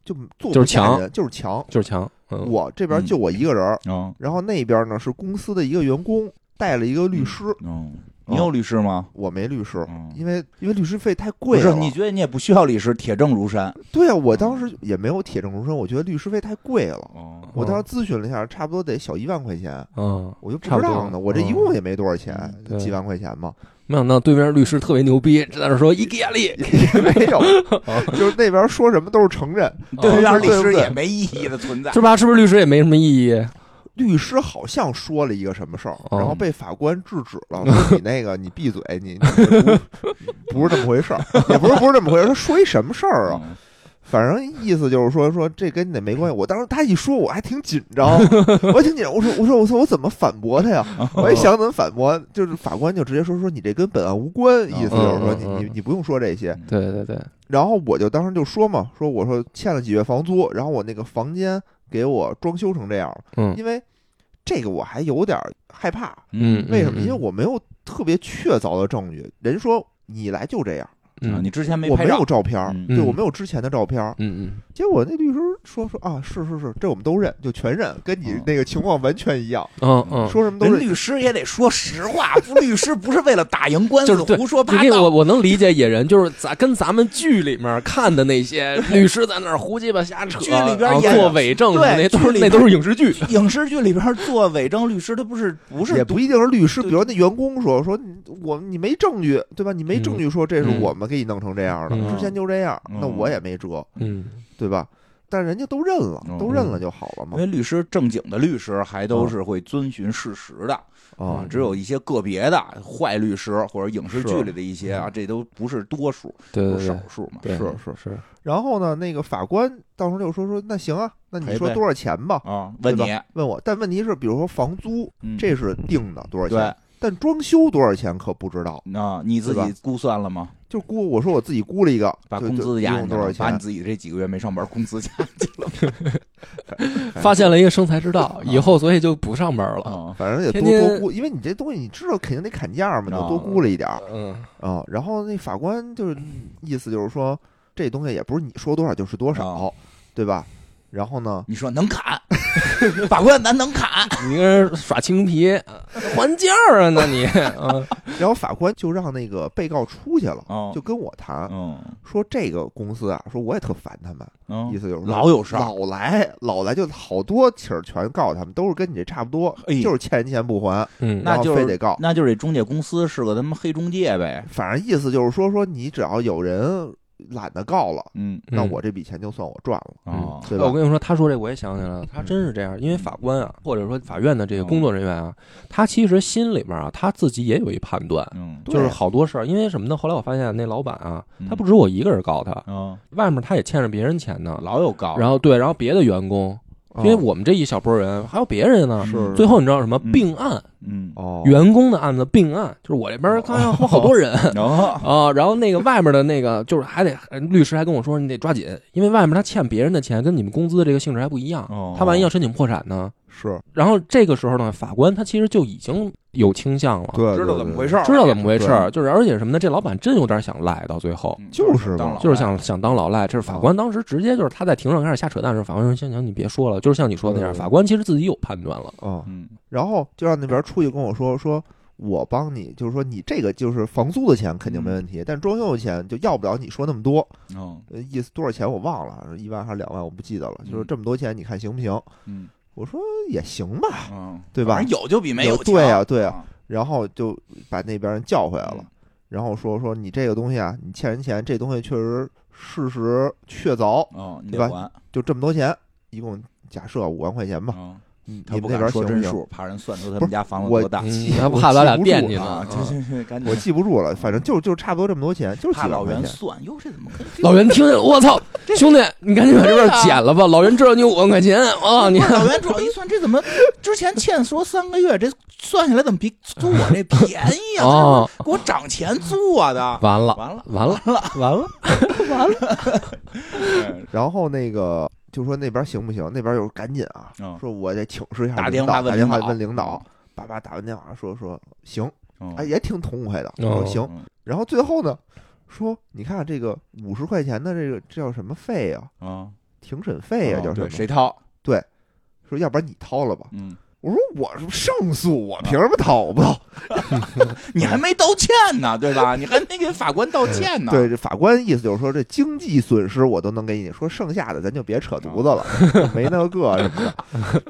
就坐不下人， 就是强。 我这边就我一个人，然后那边呢是公司的一个员工带了一个律师。 你有律师吗？ 我没律师，因为律师费太贵了。 不是，你觉得你也不需要律师，铁证如山。 对啊，我当时也没有铁证如山，我觉得律师费太贵了。我当时咨询了一下，差不多得小1万块钱。我就不知道呢，我这一共也没多少钱，几万块钱嘛。 没想到对面律师特别牛逼，在那说一个压力没有，就是那边说什么都是承认， 对面律师也没意义的存在， 是吧？是不是律师也没什么意义？ 律师好像说了一个什么事儿，然后被法官制止了，说你那个你闭嘴，你不是这么回事儿，也不是这么回事儿，他说一什么事儿啊？反正意思就是说这跟你没关系。我当时他一说，我还挺紧张，我挺紧张。我说我怎么反驳他呀？我一想怎么反驳，就是法官就直接说你这跟本案无关，意思就是说你不用说这些。 对。 然后我就当时就说嘛，我说欠了几月房租，然后我那个房间给我装修成这样，因为这个我还有点害怕。为什么？因为我没有特别确凿的证据。人说你来就这样。 你之前没拍照，我没有照片，对我没有之前的照片。结果那律师说啊，是，这我们都认，就全认，跟你那个情况完全一样。说什么都认。 律师也得说实话，律师不是为了打赢官司胡说八道。 我能理解野人，就是跟咱们剧里面看的那些律师在那儿胡鸡巴瞎扯， 剧里边做伪证，那都是影视剧。 影视剧里边做伪证律师，他不是也不一定是律师。比如那员工说你没证据，对吧？你没证据说这是我们给你弄成这样的，之前就这样，那我也没辙，对吧？但人家都认了就好了嘛。 因为律师正经的律师还都是会遵循事实的只有一些个别的坏律师或者影视剧里的一些这都不是多数，都少数嘛。 是。然后呢，那个法官到时候就说那行啊，那你说多少钱吧？问我，但问题是，比如说房租，这是定的多少钱？但装修多少钱可不知道。 你自己估算了吗？ 就估，我说我自己估了一个， 把工资压多少钱？ 把你自己这几个月没上班工资加去了， 发现了一个生财之道，以后所以就不上班了。 反正也多估，因为你这东西你知道肯定得砍价嘛，就多估了一点。然后那法官就是意思就是说，这东西也不是你说多少就是多少，对吧？然后呢？ 你说能砍，法官咱能砍， 你跟耍青皮还价啊？那你然后法官就让那个被告出去了，就跟我谈，说这个公司啊，说我也特烦他们，意思就是老有事儿， 老来就好多起儿全告他们，都是跟你这差不多，就是欠人钱不还， 那就非得告， 那就是这中介公司是个他妈黑中介呗。 反正意思就是说你只要有人懒得告了，那我这笔钱就算我赚了，对吧？ 我跟你说，他说这我也想起来了，他真是这样，因为法官啊，或者说法院的这个工作人员啊，他其实心里面啊，他自己也有一判断，就是好多事儿，因为什么呢？后来我发现那老板啊，他不止我一个人告他，外面他也欠着别人钱呢， 老有告， 然后别的员工。因为我们这一小波人还有别人呢，最后你知道什么并案？员工的案子并案，就是我这边看好多人然后那个外面的那个就是还得律师还跟我说你得抓紧，因为外面他欠别人的钱跟你们工资的这个性质还不一样，他万一要申请破产呢？ 是。 然后这个时候呢，法官他其实就已经有倾向了， 对， 知道怎么回事， 就是而且什么呢？这老板真有点想赖，到最后就是想当老赖。这是法官当时直接就是他在庭上开始瞎扯淡的时候，法官说行你别说了，就是像你说的那样，法官其实自己有判断了然后就让那边出去跟我说我帮你，就是说你这个就是房租的钱肯定没问题，但装修的钱就要不了你说那么多，意思多少钱我忘了，1万还是2万我不记得了，就是这么多钱你看行不行？我说也行吧，对吧？ 有就比没有强。 对啊，然后就把那边人叫回来了，然后说你这个东西啊，你欠人钱，这东西确实事实确凿，对吧？就这么多钱，一共假设5万块钱吧。 他不敢说真数，怕人算出他们家房子多大， 他怕咱俩惦记呢。 我记不住了，反正就差不多这么多钱，就是怕老袁算。哟，这怎么？ 老袁听见，我操，兄弟，你赶紧把这边剪了吧。老袁知道你有5万块钱啊！你老袁主要一算，这怎么之前欠说3个月，这算下来怎么比租我这便宜啊？给我涨钱租我的， 完了。 然后那个。就说那边行不行？那边又赶紧啊，说我得请示一下打电话问领导，叭打完电话说行，也挺痛快的，说行。然后最后呢，说你看这个50块钱的这叫什么费啊？ 庭审费啊，叫什么？ 谁掏？ 对，说要不然你掏了吧。我说我是胜诉，我凭什么掏不掏？ 你还没道歉呢，对吧？你还没给法官道歉呢。 对，这法官意思就是说，这经济损失我都能给你，说剩下的咱就别扯犊子了，没那个什么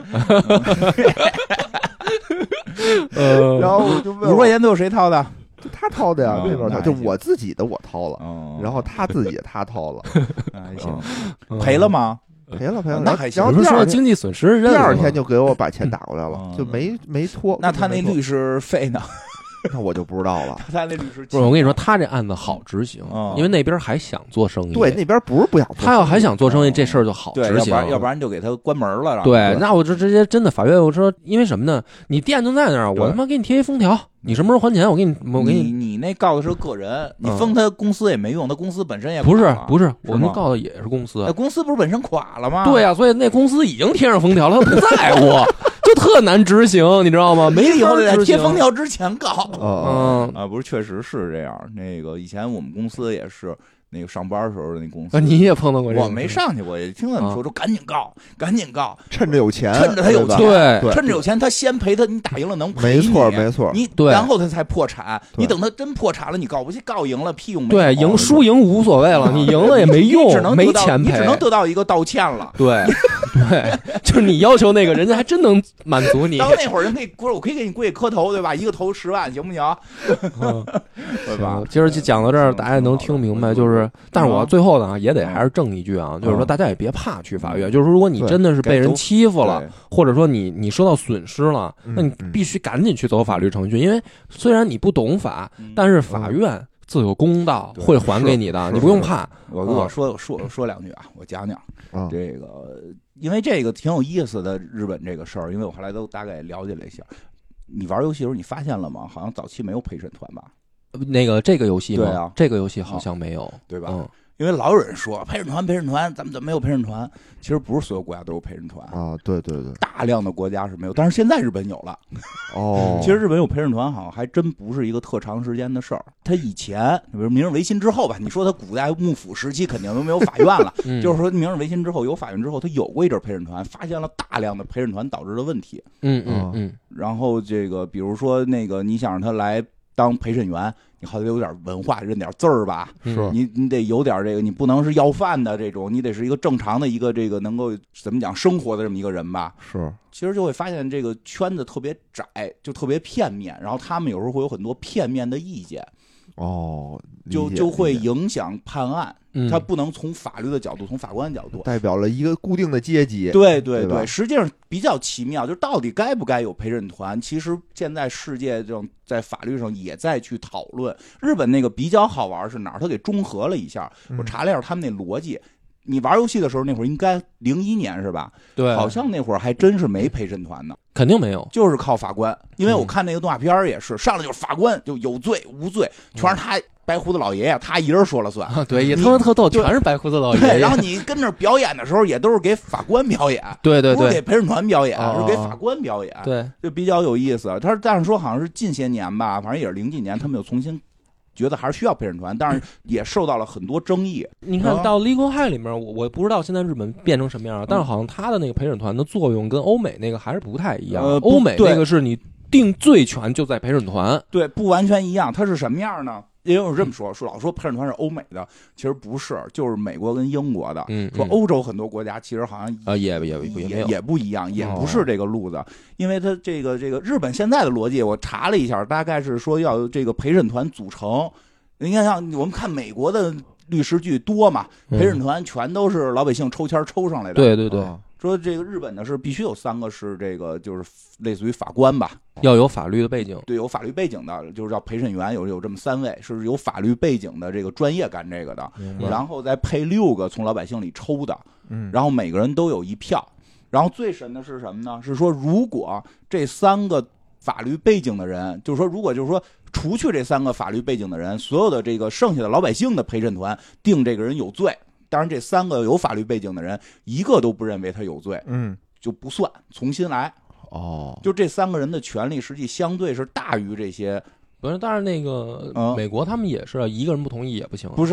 的。然后我就问，5 块钱都是谁掏的？ 就他掏的呀，为什么掏？就我自己的我掏了，然后他自己也他掏了， 行，赔了吗？ 赔了， 那还行。 然后说经济损失， 第二天就给我把钱打过来了，就没拖。 那他那律师费呢？ 那我就不知道了。 他那律师不是，我跟你说，他这案子好执行，因为那边还想做生意。 对，那边不是不想做生意， 他要还想做生意，这事儿就好执行。 要不然就给他关门了。 对，那我就直接真的法院，我说因为什么呢？你店就在那儿，我他妈给你贴一封条。你什么时候还钱？我给你。 你那告的是个人，你封他公司也没用，他公司本身也不是，我那告的也是公司。 那公司不是本身垮了吗？ 对呀，所以那公司已经贴上封条了，他不在乎，就特难执行，你知道吗？没以后在贴封条之前告。 不是，确实是这样。那个以前我们公司也是。那个上班的时候的那公司， 你也碰到过这个？ 我没上去过，也听他们说，赶紧告， 趁着有钱， 趁着他有钱， 对， 趁着有钱，他先赔他，你打赢了能赔你，没错， 你然后他才破产，你等他真破产了，你告不去，告赢了屁用没有？ 对，输赢无所谓了，你赢了也没用，没钱赔， 你只能得到一个道歉了。 对，就是你要求那个人家还真能满足你。 到那会儿人可以，我可以给你跪磕头，对吧？一个头10万，行不行？对吧？ 今儿就讲到这儿，大家也能听明白，就是。但是我最后呢，也得还是正一句啊，就是说大家也别怕去法院，就是说如果你真的是被人欺负了，或者说你受到损失了，那你必须赶紧去走法律程序，因为虽然你不懂法，但是法院自有公道，会还给你的，你不用怕。 我说两句啊，我讲讲这个，因为这个挺有意思的日本这个事儿，因为我后来都大概了解了一下。你玩游戏的时候你发现了吗？好像早期没有陪审团吧？ 这个游戏吗？ 对啊， 这个游戏好像没有， 对吧？因为老有人说陪审团，咱们怎么没有陪审团？其实不是所有国家都有陪审团啊，对， 大量的国家是没有，但是现在日本有了。其实日本有陪审团好像还真不是一个特长时间的事儿。他以前，比如明治维新之后吧，你说他古代幕府时期肯定都没有法院了，就是说明治维新之后有法院之后，他有过一阵陪审团，发现了大量的陪审团导致的问题。然后这个比如说那个你想让他来当陪审员，你好歹有点文化，认点字儿吧。 是你得有点这个，你不能是要饭的这种，你得是一个正常的一个这个能够怎么讲生活的这么一个人吧。 是， 其实就会发现这个圈子特别窄，就特别片面，然后他们有时候会有很多片面的意见。就会影响判案，他不能从法律的角度，从法官的角度， 代表了一个固定的阶级。 对，实际上比较奇妙，就是到底该不该有陪审团？其实现在世界这种在法律上也在去讨论。日本那个比较好玩是哪儿？他给中和了一下，我查了一下他们那逻辑。你玩游戏的时候，那会儿应该01年是吧？ 对， 好像那会儿还真是没陪审团呢， 肯定没有， 就是靠法官。因为我看那个动画片也是，上来就是法官，就有罪无罪，全是他白胡子老爷爷，他一人说了算。 对，也特逗，全是白胡子老爷爷。 然后你跟那表演的时候，也都是给法官表演， 对，不是给陪审团表演，是给法官表演。 对， 就比较有意思。但是说好像是近些年吧，反正也是00几年，他们又重新觉得还是需要陪审团，但是也受到了很多争议。 你看到 Legal High 里面，我不知道现在日本变成什么样，但是好像他的那个陪审团的作用跟欧美那个还是不太一样。欧美那个是你定罪权就在陪审团， 对，不完全一样。它是什么样呢？因为我这么说，老说陪审团是欧美的，其实不是，就是美国跟英国的。说欧洲很多国家其实好像也不一样，也不是这个路子。因为它这个日本现在的逻辑，我查了一下，大概是说要这个陪审团组成。你看，像我们看美国的律师剧多嘛，陪审团全都是老百姓抽签抽上来的。 对。 说这个日本的是必须有3个是这个就是类似于法官吧， 要有法律的背景。 对，有法律背景的，就是叫陪审员，有这么3位是有法律背景的这个专业干这个的，然后再配6个从老百姓里抽的，然后每个人都有1票。然后最神的是什么呢？是说如果这3个法律背景的人，就是说如果就是说除去这3个法律背景的人，所有的这个剩下的老百姓的陪审团定这个人有罪。当然，这3个有法律背景的人，一个都不认为他有罪，就不算，重新来。就这3个人的权利实际相对是大于这些。 不是，但是那个美国他们也是一个人不同意也不行。 不是，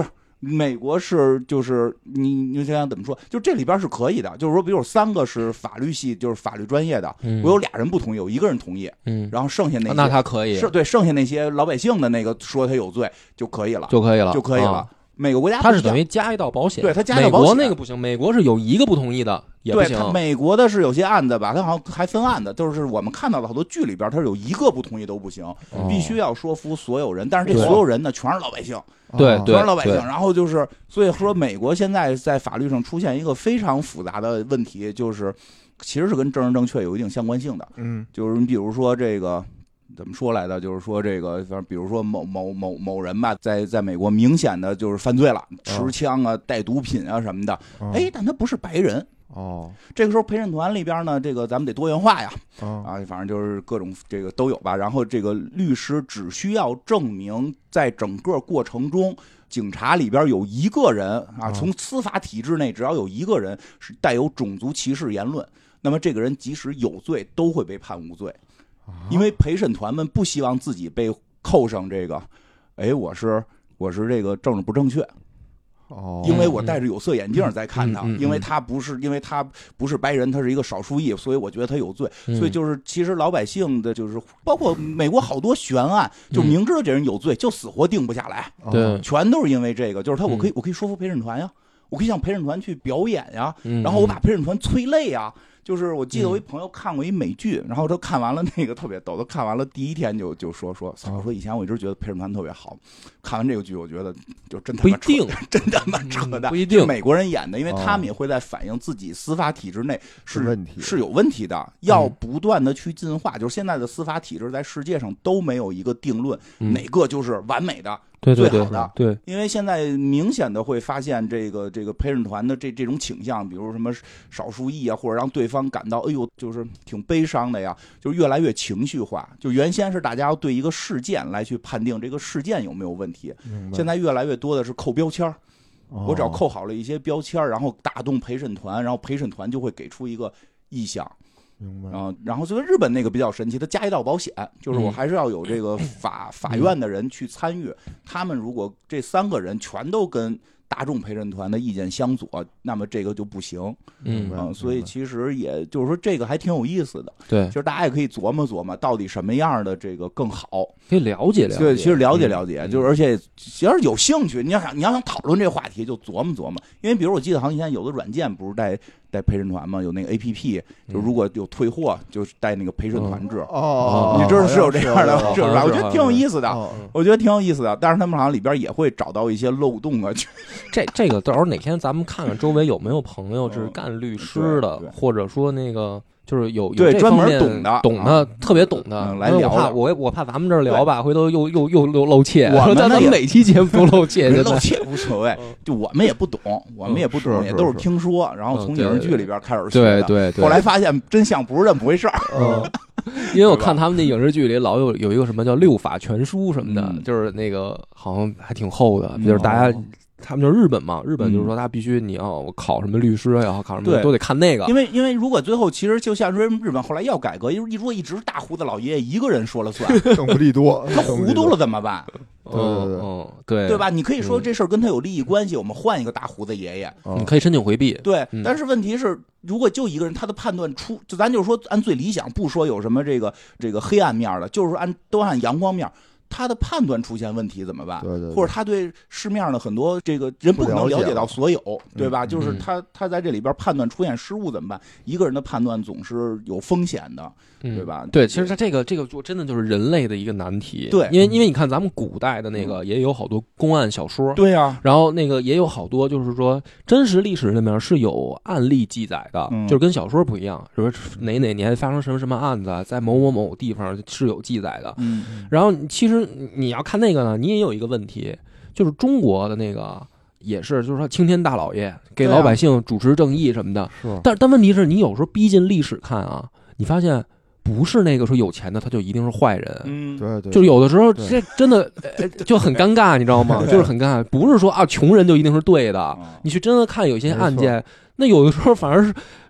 美国是就是你想想怎么说，就这里边是可以的，就是说比如3个是法律系，就是法律专业的，我有2人不同意，有1个人同意，然后剩下那些那他可以是对，剩下那些老百姓的那个说他有罪就可以了。美国国家他是等于加一道保险， 对他加一道保险。 美国那个不行，美国是有1个不同意的也不行。 对，美国的是有些案子吧，他好像还分案的，就是我们看到的好多剧里边，他是有1个不同意都不行，必须要说服所有人。但是这所有人呢，全是老百姓， 对， 全是老百姓。然后就是，所以说美国现在在法律上出现一个非常复杂的问题，就是其实是跟政治正确有一定相关性的。就是你比如说这个。怎么说来的？就是说这个，比如说某人吧，在美国明显的就是犯罪了，持枪啊、带毒品啊什么的。但他不是白人。这个时候陪审团里边呢，这个咱们得多元化呀。反正就是各种这个都有吧。然后这个律师只需要证明，在整个过程中，警察里边有1个人啊，从司法体制内只要有1个人是带有种族歧视言论，那么这个人即使有罪，都会被判无罪。因为陪审团们不希望自己被扣上这个，我是这个政治不正确，因为我戴着有色眼镜在看他，因为他不是白人，他是一个少数裔，所以我觉得他有罪。所以就是其实老百姓的，就是包括美国好多悬案，就明知道这人有罪，就死活定不下来， 对， 全都是因为这个，就是他我可以说服陪审团呀，我可以向陪审团去表演呀，然后我把陪审团催泪呀。就是我记得我一朋友看过一美剧，然后他看完了那个特别逗，他看完了第1天就说以前我一直觉得陪审团特别好，看完这个剧我觉得就真他妈不一定， 真他妈扯淡， 不一定， 美国人演的，因为他们也会在反映自己司法体制内是有问题的，要不断的去进化。就是现在的司法体制在世界上都没有一个定论，哪个就是完美的。最好的， 对， 因为现在明显的会发现这个陪审团的这种倾向，比如什么少数裔啊，或者让对方感到就是挺悲伤的呀，就越来越情绪化。就原先是大家要对一个事件来去判定这个事件有没有问题，现在越来越多的是扣标签。我只要扣好了一些标签，然后打动陪审团，然后陪审团就会给出一个意向。然后所以日本那个比较神奇，他加一道保险，就是我还是要有这个法院的人去参与，他们如果这3个人全都跟大众陪审团的意见相左，那么这个就不行。所以其实也就是说这个还挺有意思的。 对， 其实大家也可以琢磨琢磨，到底什么样的这个更好， 可以了解了解。 对，其实了解了解，就是而且其实有兴趣，你要想讨论这个话题，就琢磨琢磨。因为比如我记得好像以前有的软件不是带陪审团嘛，有那个 APP， 就如果有退货，就带那个陪审团制。你知道是有这样的，是吧？我觉得挺有意思的，我觉得挺有意思的。但是他们好像里边也会找到一些漏洞啊。 这个到时候哪天咱们看看周围有没有朋友是干律师的，或者说那个就是有对专门懂的特别懂的来聊。 我怕咱们这儿聊吧，回头又露怯。 咱们每期节目都露怯， 露怯无所谓。就我们也不懂，也都是听说，然后从影视剧里边开始学的。 对， 后来发现真相不是这么回事儿。 因为我看他们那影视剧里老有一个什么叫6法全书什么的，就是那个好像还挺厚的，就是大家。他们就是日本嘛，日本就是说他必须你要考什么律师也好，考什么都得看那个。 因为如果最后其实就像说日本后来要改革，如果一直大胡子老爷爷一个人说了算， 邓布利多他糊涂了怎么办？ 对吧？你可以说这事儿跟他有利益关系，我们换一个大胡子爷爷， 你可以申请回避。 对，但是问题是，如果就一个人，他的判断就咱就是说按最理想，不说有什么这个黑暗面的，就是说都按阳光面。他的判断出现问题怎么办？ 对， 或者他对市面上的很多这个人不可能了解到所有，对吧？就是他在这里边判断出现失误怎么办？一个人的判断总是有风险的，对吧？ 对，其实这个就真的就是人类的一个难题。 对， 因为你看咱们古代的那个也有好多公案小说， 对呀， 然后那个也有好多就是说真实历史里面是有案例记载的，就是跟小说不一样，说哪年发生什么案子，在某地方是有记载的。然后其实你要看那个呢，你也有一个问题，就是中国的那个也是，就是说青天大老爷给老百姓主持正义什么的。但问题是你有时候逼近历史看啊，你发现不是那个说有钱的他就一定是坏人。 对， 就是有的时候这真的就很尴尬，你知道吗？就是很尴尬，不是说啊穷人就一定是对的。你去真的看有些案件，那有的时候反而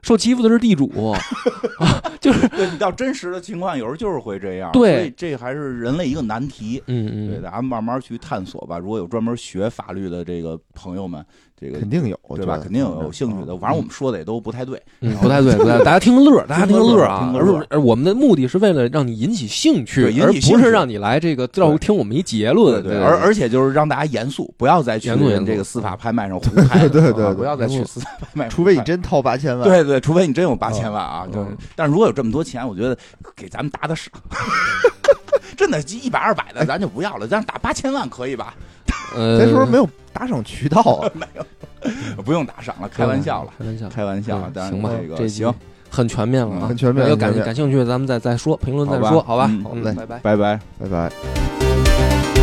受欺负的是地主就是对，你到真实的情况，有时候就是会这样。 对， 所以这还是人类一个难题。对，大家慢慢去探索吧。如果有专门学法律的这个朋友们，这个肯定有， 对吧？肯定有兴趣的。反正我们说的也都不太对， 不太对，大家听个乐，大家听个乐啊！而我们的目的是为了让你引起兴趣，而不是让你来这个听我们一结论。 对，而且就是让大家严肃，不要再去这个司法拍卖上胡拍。 对， 不要再去司法拍卖， 除非你真掏8000万。 对，除非你真有8000万啊！对，但是如果有这么多钱，我觉得给咱们打的赏。真的100、200的咱就不要了，咱打8000万可以吧？ 咱是不是没有打赏渠道啊？ 没有，不用打赏了，开玩笑了，开玩笑。 行吧， 这行很全面了啊， 很全面。 要感兴趣，咱们再说，评论再说，好吧？ 好嘞， 拜拜。